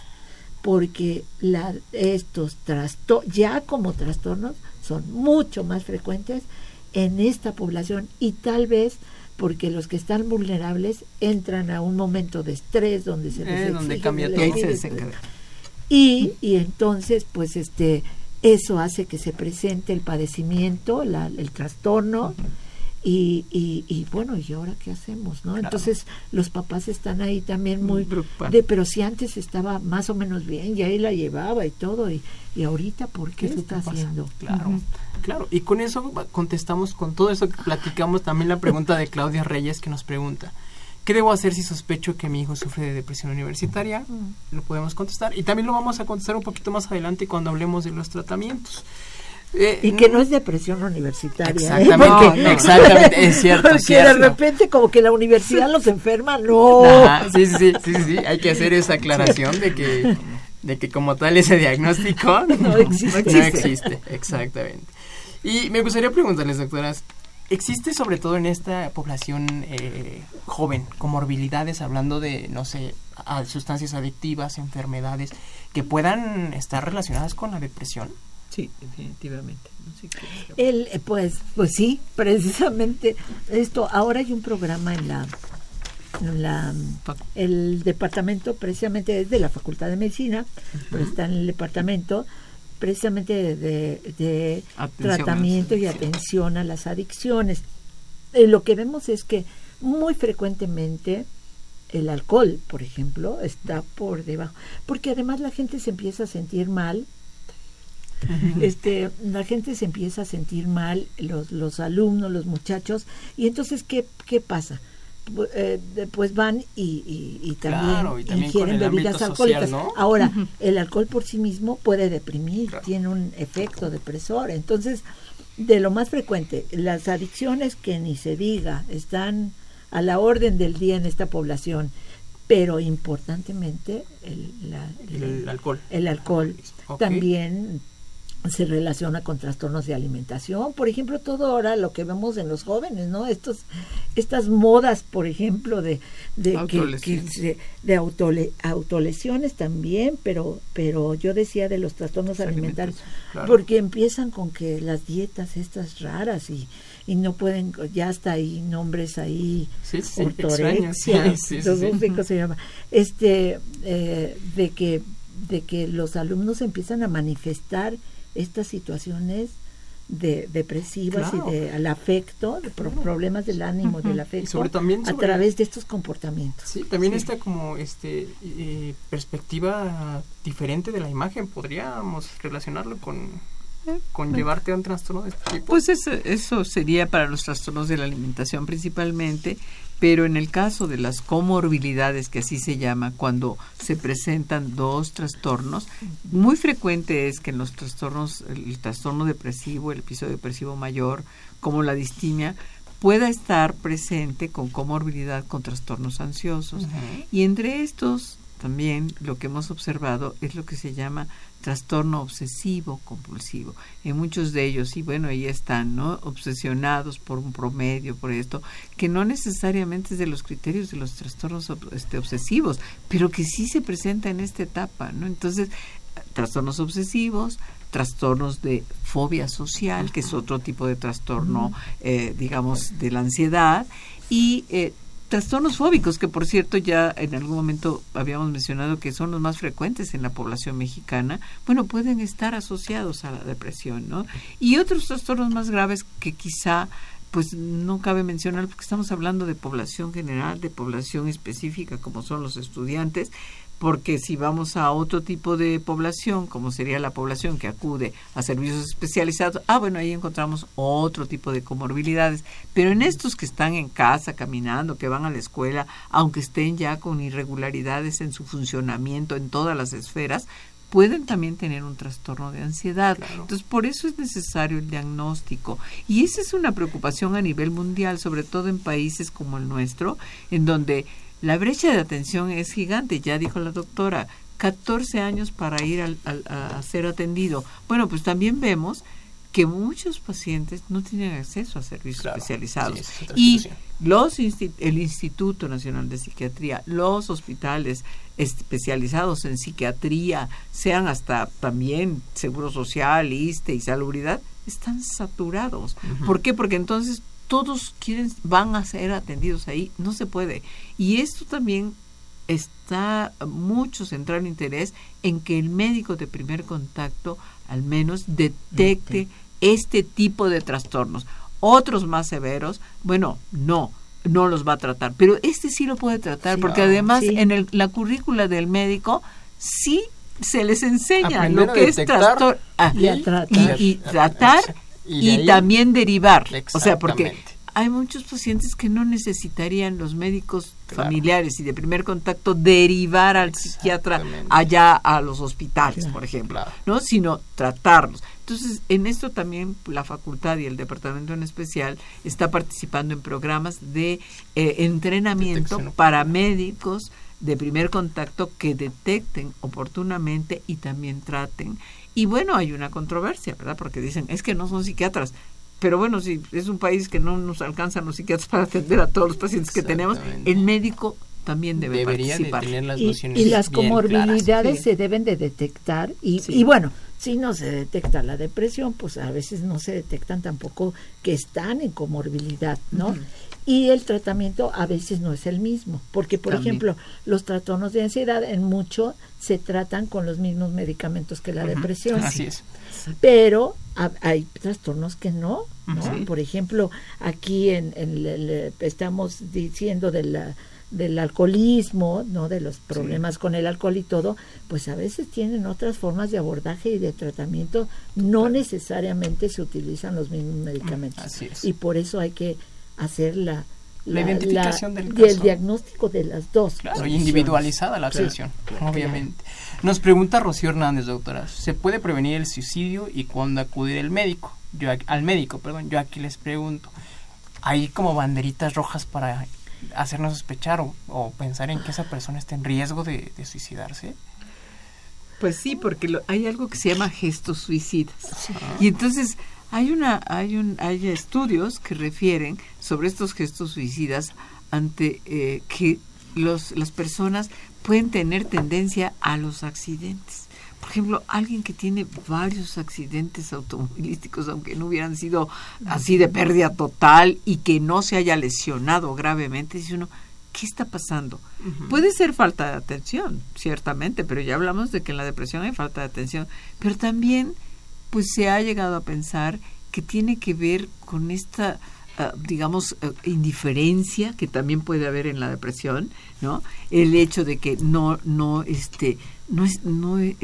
porque la, estos trastornos, ya como trastornos, son mucho más frecuentes en esta población, y tal vez porque los que están vulnerables entran a un momento de estrés donde se les eh, donde cambia todo, se desencadena. Y, y entonces, pues, este, eso hace que se presente el padecimiento, la, el trastorno, uh-huh. y, y, y bueno, ¿y ahora qué hacemos, no? Claro. Entonces, los papás están ahí también muy de, pero si antes estaba más o menos bien, y ahí la llevaba y todo, y, y ahorita, ¿por qué, ¿Qué está haciendo? Claro, uh-huh. claro, y con eso contestamos, con todo eso que platicamos, también la pregunta de Claudia Reyes, que nos pregunta, ¿qué debo hacer si sospecho que mi hijo sufre de depresión universitaria? Mm. Lo podemos contestar. Y también lo vamos a contestar un poquito más adelante cuando hablemos de los tratamientos. Eh, y que no es depresión universitaria. Exactamente, ¿eh? Porque, no, exactamente, es cierto. Porque cierto. de repente como que la universidad los enferma, no. Ajá, sí, sí, sí, sí, hay que hacer esa aclaración de que, de que como tal ese diagnóstico no existe. No existe, exactamente. Y me gustaría preguntarles, doctoras, ¿existe sobre todo en esta población eh, joven comorbilidades, hablando de, no sé, a sustancias adictivas, enfermedades, que puedan estar relacionadas con la depresión? Sí, definitivamente. No sé qué El, pues, pues sí, precisamente esto. Ahora hay un programa en la, en la el departamento, precisamente es de la Facultad de Medicina, uh-huh. pero está en el departamento precisamente de, de, de tratamiento y atención a las adicciones. Eh, lo que vemos es que muy frecuentemente el alcohol, por ejemplo, está por debajo, porque además la gente se empieza a sentir mal, uh-huh. este, la gente se empieza a sentir mal, los, los alumnos, los muchachos, y entonces, ¿qué, qué pasa? Eh, pues van y, y, y, también claro, y también ingieren bebidas alcohólicas, social, ¿no? Ahora, uh-huh. el alcohol por sí mismo puede deprimir, claro. tiene un efecto depresor. Entonces, de lo más frecuente, las adicciones, que ni se diga, están a la orden del día en esta población, pero importantemente el, la, el, el alcohol, el alcohol okay. también se relaciona con trastornos de alimentación, por ejemplo, todo ahora lo que vemos en los jóvenes, ¿no? Estos, estas modas, por ejemplo, de de que, que se, de autole, autolesiones también, pero pero yo decía de los trastornos alimentarios, claro. porque empiezan con que las dietas estas raras y y no pueden, ya hasta ahí nombres ahí, sí, sí, ortorexia, sí, sí, no sé sí. cómo se llama, este, eh, de que de que los alumnos empiezan a manifestar estas situaciones de depresivas claro. y de al afecto, de pro, problemas del ánimo, uh-huh. del afecto, y sobre, también sobre, a través de estos comportamientos. Sí, también sí. esta como este eh, perspectiva diferente de la imagen, podríamos relacionarlo con conllevarte a un trastorno de este tipo? Pues eso, eso sería para los trastornos de la alimentación principalmente, pero en el caso de las comorbilidades, que así se llama, cuando se presentan dos trastornos, muy frecuente es que en los trastornos, el trastorno depresivo, el episodio depresivo mayor, como la distimia, pueda estar presente con comorbilidad con trastornos ansiosos. Uh-huh. Y entre estos también lo que hemos observado es lo que se llama trastorno obsesivo compulsivo. En muchos de ellos, y bueno, ahí están, ¿no? Obsesionados por un promedio, por esto, que no necesariamente es de los criterios de los trastornos este, obsesivos, pero que sí se presenta en esta etapa, ¿no? Entonces, trastornos obsesivos, trastornos de fobia social, que es otro tipo de trastorno, eh, digamos, de la ansiedad, y eh, trastornos fóbicos, que por cierto ya en algún momento habíamos mencionado que son los más frecuentes en la población mexicana, bueno, pueden estar asociados a la depresión, ¿no? Y otros trastornos más graves que quizá pues no cabe mencionar porque estamos hablando de población general, de población específica como son los estudiantes, porque si vamos a otro tipo de población, como sería la población que acude a servicios especializados, ah, bueno, ahí encontramos otro tipo de comorbilidades. Pero en estos que están en casa, caminando, que van a la escuela, aunque estén ya con irregularidades en su funcionamiento en todas las esferas, pueden también tener un trastorno de ansiedad. Claro. Entonces, por eso es necesario el diagnóstico. Y esa es una preocupación a nivel mundial, sobre todo en países como el nuestro, en donde la brecha de atención es gigante, ya dijo la doctora, catorce años para ir al, al, a ser atendido. Bueno, pues también vemos que muchos pacientes no tienen acceso a servicios claro, especializados. Sí, y los insti- el Instituto Nacional de Psiquiatría, los hospitales especializados en psiquiatría, sean hasta también Seguro Social, ISSSTE y Salubridad, están saturados. Uh-huh. ¿Por qué? Porque entonces todos quieren, van a ser atendidos ahí, no se puede. Y esto también está mucho centrado en interés en que el médico de primer contacto al menos detecte okay. este tipo de trastornos. Otros más severos, bueno, no, no los va a tratar, pero este sí lo puede tratar, sí, porque oh, además sí. en el, la currícula del médico sí se les enseña lo que es trastorno ah, y, y, y tratar y, y también derivar, o sea, porque hay muchos pacientes que no necesitarían los médicos claro. familiares y de primer contacto derivar al psiquiatra allá a los hospitales, claro. por ejemplo, claro. ¿no? Sino tratarlos. Entonces, en esto también la facultad y el departamento en especial está participando en programas de eh, entrenamiento Detección. para médicos de primer contacto que detecten oportunamente y también traten. Y bueno, hay una controversia, ¿verdad? Porque dicen, es que no son psiquiatras. Pero bueno, si es un país que no nos alcanzan los psiquiatras para atender a todos los pacientes que tenemos, el médico también debe Debería participar. De tener las y, y las comorbilidades sí. se deben de detectar y, sí. y bueno, si no se detecta la depresión, pues a veces no se detectan tampoco que están en comorbilidad, ¿no? Uh-huh. Y el tratamiento a veces no es el mismo, porque por también. ejemplo, los trastornos de ansiedad en mucho se tratan con los mismos medicamentos que la uh-huh. depresión. Así es. Pero a, hay trastornos que no, ¿no? Sí. Por ejemplo, aquí en, en le, le, estamos diciendo de la, del alcoholismo, ¿no? De los problemas sí. con el alcohol y todo, pues a veces tienen otras formas de abordaje y de tratamiento, no claro. necesariamente se utilizan los mismos medicamentos. Así es. Y por eso hay que hacer la La, la identificación la, del caso. el diagnóstico de las dos. Claro, y individualizada la atención, sí, obviamente. Claro. Nos pregunta Rocío Hernández, doctora, ¿se puede prevenir el suicidio y cuándo acudir el médico? Yo al médico, perdón, yo aquí les pregunto, ¿hay como banderitas rojas para hacernos sospechar o, o pensar en que esa persona está en riesgo de, de suicidarse? Pues sí, porque lo, hay algo que se llama gestos suicidas. Sí. Y entonces hay una hay un hay estudios que refieren sobre estos gestos suicidas ante eh, que los las personas pueden tener tendencia a los accidentes. Por ejemplo, alguien que tiene varios accidentes automovilísticos, aunque no hubieran sido así de pérdida total y que no se haya lesionado gravemente, dice uno, ¿qué está pasando? Uh-huh. Puede ser falta de atención, ciertamente, pero ya hablamos de que en la depresión hay falta de atención, pero también pues se ha llegado a pensar que tiene que ver con esta, uh, digamos, uh, indiferencia que también puede haber en la depresión, ¿no? El hecho de que no, no, este, no es, no, eh,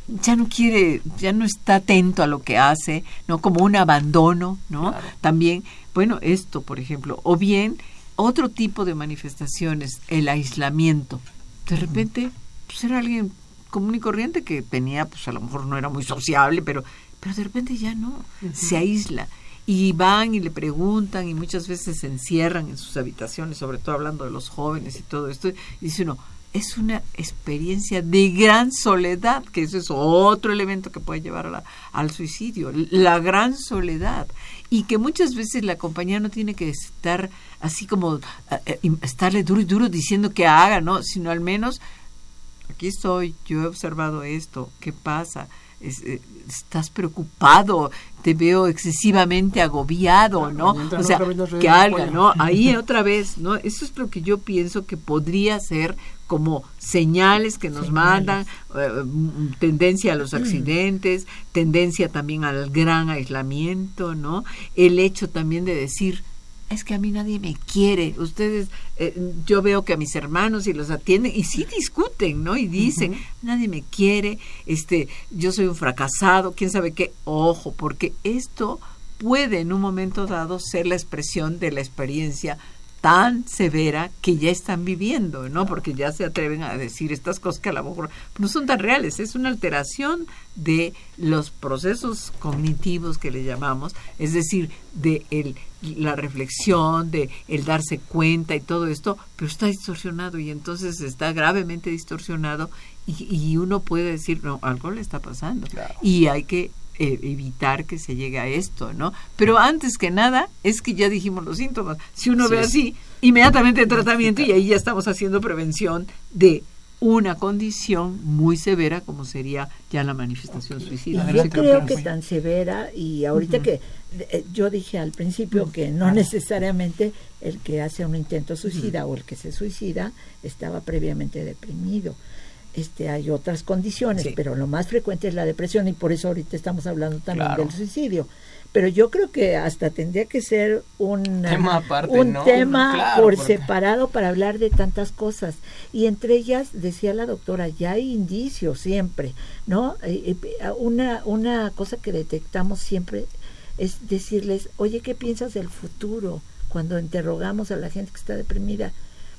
ya no quiere, ya no está atento a lo que hace, ¿no? Como un abandono, ¿no? Claro. También, bueno, esto, por ejemplo, o bien otro tipo de manifestaciones, el aislamiento. De repente, pues era alguien común y corriente que tenía, pues a lo mejor no era muy sociable, pero, pero de repente ya no, uh-huh. se aísla. Y van y le preguntan y muchas veces se encierran en sus habitaciones, sobre todo hablando de los jóvenes y todo esto, y dice uno, es una experiencia de gran soledad, que eso es otro elemento que puede llevar a la, al suicidio, la gran soledad, y que muchas veces la compañía no tiene que estar así como uh, estarle duro y duro diciendo que haga, ¿no? Sino al menos, aquí estoy, yo he observado esto, ¿qué pasa? Es, eh, estás preocupado, te veo excesivamente agobiado, ¿no? O sea, que haga, ¿no? Ahí otra vez, ¿no? Eso es lo que yo pienso que podría ser como señales que nos señales. mandan, eh, tendencia a los accidentes, mm. tendencia también al gran aislamiento, ¿no? El hecho también de decir, es que a mí nadie me quiere, ustedes, eh, yo veo que a mis hermanos y los atienden y sí discuten, ¿no? Y dicen, uh-huh. nadie me quiere, este, yo soy un fracasado, quién sabe qué, ojo, porque esto puede en un momento dado ser la expresión de la experiencia tan severa que ya están viviendo, ¿no? Porque ya se atreven a decir estas cosas que a lo mejor no son tan reales, es una alteración de los procesos cognitivos que le llamamos, es decir, de el, la reflexión, de el darse cuenta y todo esto, pero está distorsionado y entonces está gravemente distorsionado y, y uno puede decir, no, algo le está pasando, claro. Y hay que Eh, evitar que se llegue a esto, ¿no? Pero antes que nada, es que ya dijimos los síntomas. Si uno sí, ve así, inmediatamente el tratamiento y ahí ya estamos haciendo prevención de una condición muy severa como sería ya la manifestación suicida. Yo creo que tan severa y ahorita uh-huh. que eh, yo dije al principio uh-huh. que no necesariamente el que hace un intento suicida uh-huh. o el que se suicida estaba previamente deprimido. Este, hay otras condiciones, sí. pero lo más frecuente es la depresión y por eso ahorita estamos hablando también claro. del suicidio. Pero yo creo que hasta tendría que ser un tema, aparte, un ¿no? tema claro, por porque... separado para hablar de tantas cosas. Y entre ellas, decía la doctora, ya hay indicios siempre, ¿no? Una, una cosa que detectamos siempre es decirles, oye, ¿qué piensas del futuro? Cuando interrogamos a la gente que está deprimida.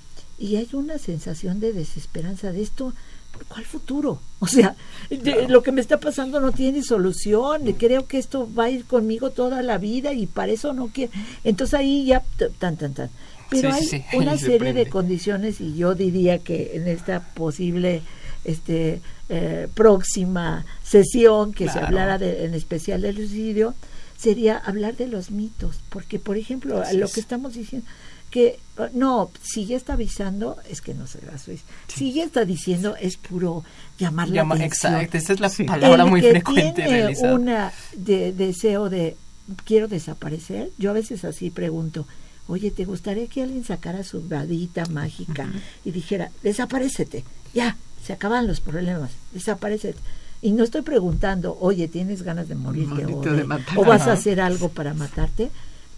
Y hay una sensación de desesperanza de esto. ¿Cuál futuro? O sea, de, lo que me está pasando no tiene solución, creo que esto va a ir conmigo toda la vida y para eso no quiero. Entonces ahí ya, tan, tan, tan. Pero sí, hay sí, una serie de condiciones y yo diría que en esta posible este eh, próxima sesión que claro. se hablara de, en especial del suicidio, sería hablar de los mitos, porque por ejemplo, Así lo es. que estamos diciendo que no, si ya está avisando es que no se va a suicidar. Sí. Si ya está diciendo es puro llamar Llama, la atención. Exacto, esa es la sí. palabra el muy que frecuente tiene realizada. Una de, deseo de quiero desaparecer, yo a veces así pregunto, oye, ¿te gustaría que alguien sacara su varita mágica uh-huh. y dijera, desaparécete, ya, se acaban los problemas, desaparécete? Y no estoy preguntando, oye, ¿tienes ganas de morirte o, de, de o vas a hacer algo para matarte?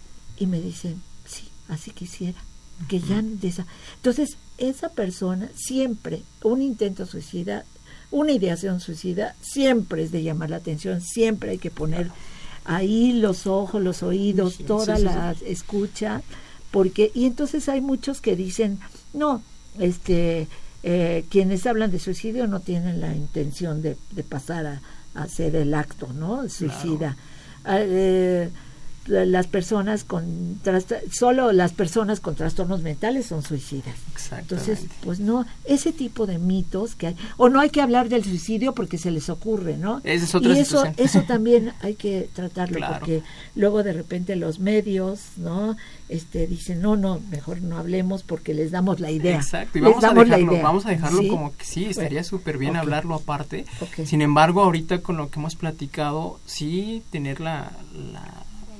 Y me dicen, así quisiera, que ya de esa. Entonces, esa persona siempre, un intento suicida, una ideación suicida, siempre es de llamar la atención, siempre hay que poner ahí los ojos, los oídos, sí, toda sí, sí, la sí. escucha, porque, y entonces hay muchos que dicen, no, este, eh, quienes hablan de suicidio no tienen la intención de, de pasar a, a hacer el acto, ¿no? Suicida. Claro. Eh, las personas con trast- solo las personas con trastornos mentales son suicidas. Entonces, pues no, ese tipo de mitos que hay, o no hay que hablar del suicidio porque se les ocurre, ¿no? Esa es otra y eso situación. eso también hay que tratarlo Claro. porque luego de repente los medios, ¿no? Este dicen, "No, no, mejor no hablemos porque les damos la idea." Exacto, y les vamos a damos dejarlo, la idea. vamos a dejarlo ¿Sí? como que sí, estaría súper bien okay. hablarlo aparte. Okay. Sin embargo, ahorita con lo que hemos platicado, sí tener la, la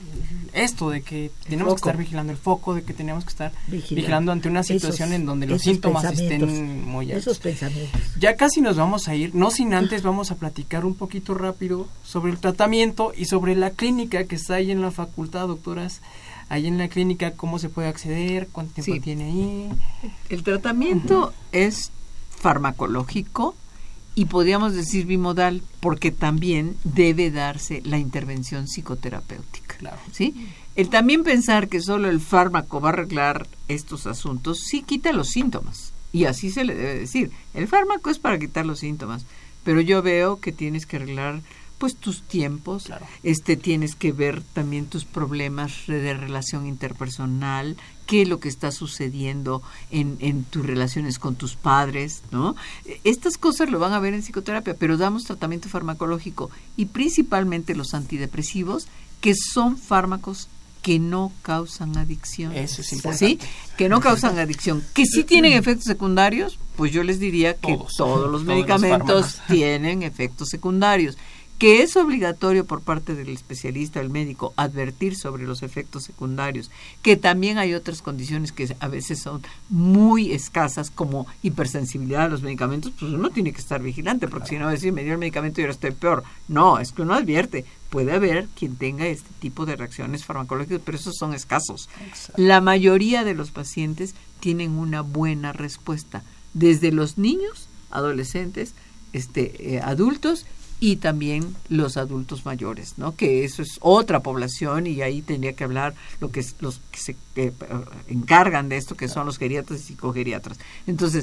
esto de que tenemos que estar vigilando el foco, de que tenemos que estar Vigilar. vigilando ante una situación esos, en donde los síntomas estén muy altos. Esos pensamientos. Ya casi nos vamos a ir, no sin antes vamos a platicar un poquito rápido sobre el tratamiento y sobre la clínica que está ahí en la facultad, doctoras. Ahí en la clínica, ¿cómo se puede acceder? ¿Cuánto tiempo sí. tiene ahí? El tratamiento uh-huh. es farmacológico y podríamos decir bimodal, porque también debe darse la intervención psicoterapéutica. Claro. ¿Sí? El también pensar que solo el fármaco va a arreglar estos asuntos, sí quita los síntomas, y así se le debe decir. El fármaco es para quitar los síntomas, pero yo veo que tienes que arreglar pues tus tiempos, claro. este tienes que ver también tus problemas de relación interpersonal, qué es lo que está sucediendo en, en tus relaciones con tus padres, ¿no? Estas cosas lo van a ver en psicoterapia, pero damos tratamiento farmacológico y principalmente los antidepresivos, que son fármacos que no causan adicción. Eso es importante. ¿Sí? Que no causan adicción. Que sí tienen efectos secundarios, pues yo les diría que todos, todos los todos medicamentos los tienen efectos secundarios. Que es obligatorio por parte del especialista, el médico, advertir sobre los efectos secundarios, que también hay otras condiciones que a veces son muy escasas, como hipersensibilidad a los medicamentos, pues uno tiene que estar vigilante, porque si no va a decir, me dio el medicamento y ahora estoy peor. No, es que uno advierte. Puede haber quien tenga este tipo de reacciones farmacológicas, pero esos son escasos. Exacto. La mayoría de los pacientes tienen una buena respuesta, desde los niños, adolescentes, este, eh, adultos, y también los adultos mayores, ¿no? Que eso es otra población, y ahí tendría que hablar lo que es, los que se eh, encargan de esto, que son los geriatras y psicogeriatras. Entonces,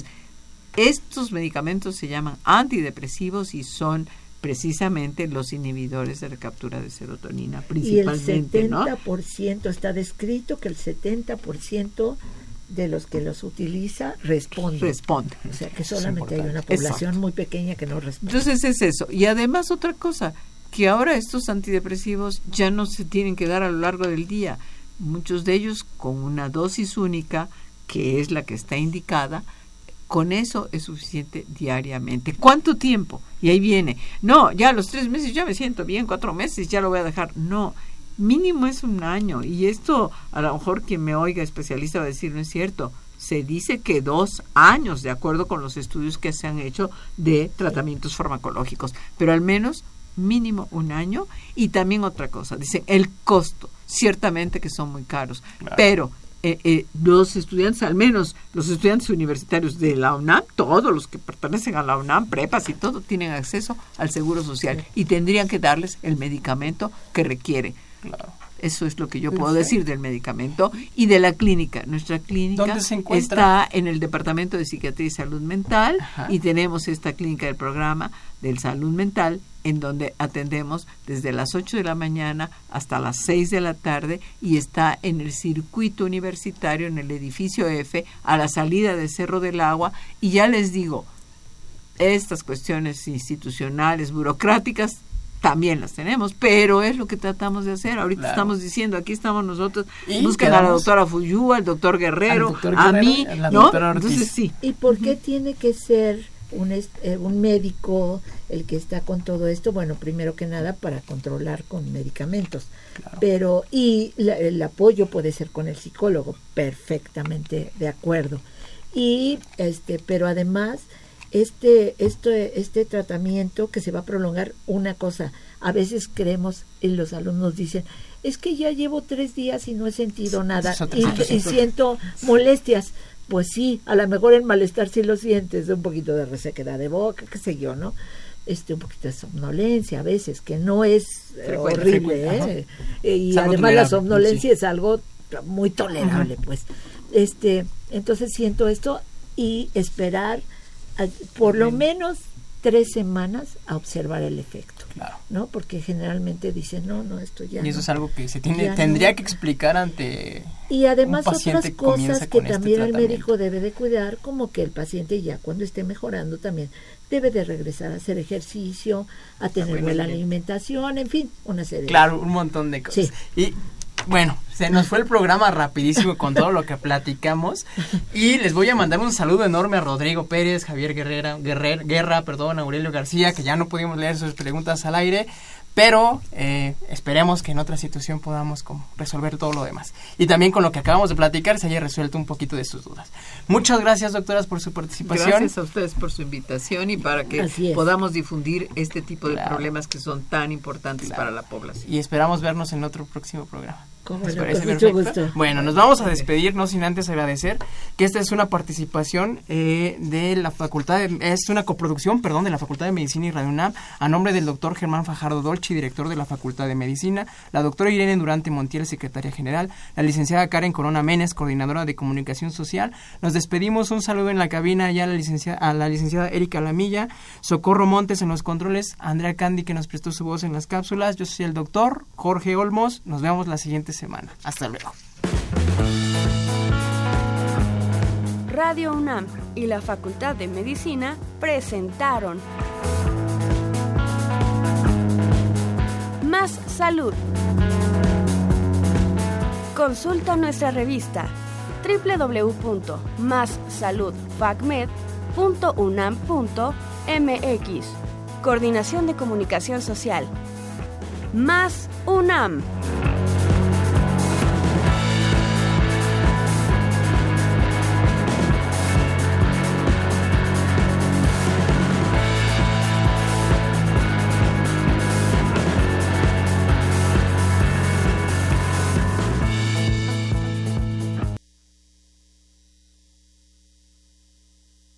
estos medicamentos se llaman antidepresivos y son precisamente los inhibidores de recaptura de serotonina, principalmente, y el setenta por ciento, ¿no? Está descrito que el setenta por ciento de los que los utiliza responden. Responde. O sea, que solamente hay una población Exacto. muy pequeña que no responde. Entonces es eso. Y además otra cosa, que ahora estos antidepresivos ya no se tienen que dar a lo largo del día. Muchos de ellos con una dosis única, que es la que está indicada, con eso es suficiente diariamente. ¿Cuánto tiempo? Y ahí viene. No, ya a los tres meses ya me siento bien, cuatro meses ya lo voy a dejar. No, mínimo es un año, y esto a lo mejor quien me oiga especialista va a decir, no es cierto, se dice que dos años, de acuerdo con los estudios que se han hecho de tratamientos farmacológicos, pero al menos mínimo un año. Y también otra cosa, dicen el costo, ciertamente que son muy caros, claro. pero eh, eh, los estudiantes, al menos los estudiantes universitarios de la UNAM, todos los que pertenecen a la UNAM, prepas y todo, tienen acceso al seguro social, y tendrían que darles el medicamento que requiere. Claro. Eso es lo que yo puedo decir del medicamento y de la clínica. Nuestra clínica está en el Departamento de Psiquiatría y Salud Mental. Ajá. Y tenemos esta clínica del programa del Salud Mental, en donde atendemos desde las ocho de la mañana hasta las seis de la tarde, y está en el circuito universitario, en el edificio F, a la salida de Cerro del Agua. Y ya les digo, estas cuestiones institucionales, burocráticas, también las tenemos, pero es lo que tratamos de hacer. Ahorita claro. estamos diciendo, aquí estamos nosotros, buscan a la doctora Fuyúa, al doctor Guerrero, doctor a Guerrero, mí, ¿no? Entonces sí. ¿Y por qué uh-huh. tiene que ser un, eh, un médico el que está con todo esto? Bueno, primero que nada para controlar con medicamentos, claro. pero y la, el apoyo puede ser con el psicólogo, perfectamente de acuerdo. Y este, pero además Este, este, este tratamiento que se va a prolongar, una cosa, a veces creemos, y los alumnos dicen, es que ya llevo tres días y no he sentido nada, y, y siento molestias. Pues sí, a lo mejor el malestar sí lo sientes, un poquito de resequedad de boca, qué sé yo, ¿no? Este, un poquito de somnolencia a veces, que no es eh, horrible, ¿eh? Y es además la somnolencia sí. es algo muy tolerable, uh-huh. pues. Este, entonces siento esto, y esperar por lo menos tres semanas a observar el efecto, claro. ¿no? Porque generalmente dicen, no, no, esto ya Y eso no, es algo que se tiene, tendría no. que explicar ante Y además un otras cosas que también este el médico debe de cuidar, como que el paciente ya cuando esté mejorando también debe de regresar a hacer ejercicio, a tener buena alimentación, en fin, una serie Claro, de... un montón de cosas. Sí. Y bueno, se nos fue el programa rapidísimo con todo lo que platicamos, y les voy a mandar un saludo enorme a Rodrigo Pérez, Javier Guerrera, Guerrer, Guerra, perdón, Aurelio García, que ya no pudimos leer sus preguntas al aire, pero eh, esperemos que en otra situación podamos como resolver todo lo demás. Y también con lo que acabamos de platicar se haya resuelto un poquito de sus dudas. Muchas gracias, doctoras, por su participación. Gracias a ustedes por su invitación y para que podamos difundir este tipo de claro. problemas que son tan importantes claro. para la población. Y esperamos vernos en otro próximo programa. ¿Cómo ¿Les no? parece Con mucho perfecto? gusto. Bueno, nos vamos a despedir, no sin antes agradecer que esta es una participación eh, de la Facultad, de, es una coproducción, perdón, de la Facultad de Medicina y Radio UNAM, a nombre del doctor Germán Fajardo Dolci, director de la Facultad de Medicina, la doctora Irene Durante Montiel, secretaria general, la licenciada Karen Corona Menes, coordinadora de comunicación social. Nos despedimos, un saludo en la cabina ya a la licenciada, a la licenciada Erika Lamilla, Socorro Montes en los controles, Andrea Candy que nos prestó su voz en las cápsulas, yo soy el doctor Jorge Olmos, nos vemos la siguiente semana. Hasta luego. Radio UNAM y la Facultad de Medicina presentaron Más Salud. Consulta nuestra revista doble u doble u doble u punto más salud facmed punto unam punto m x. Coordinación de Comunicación Social. Más UNAM.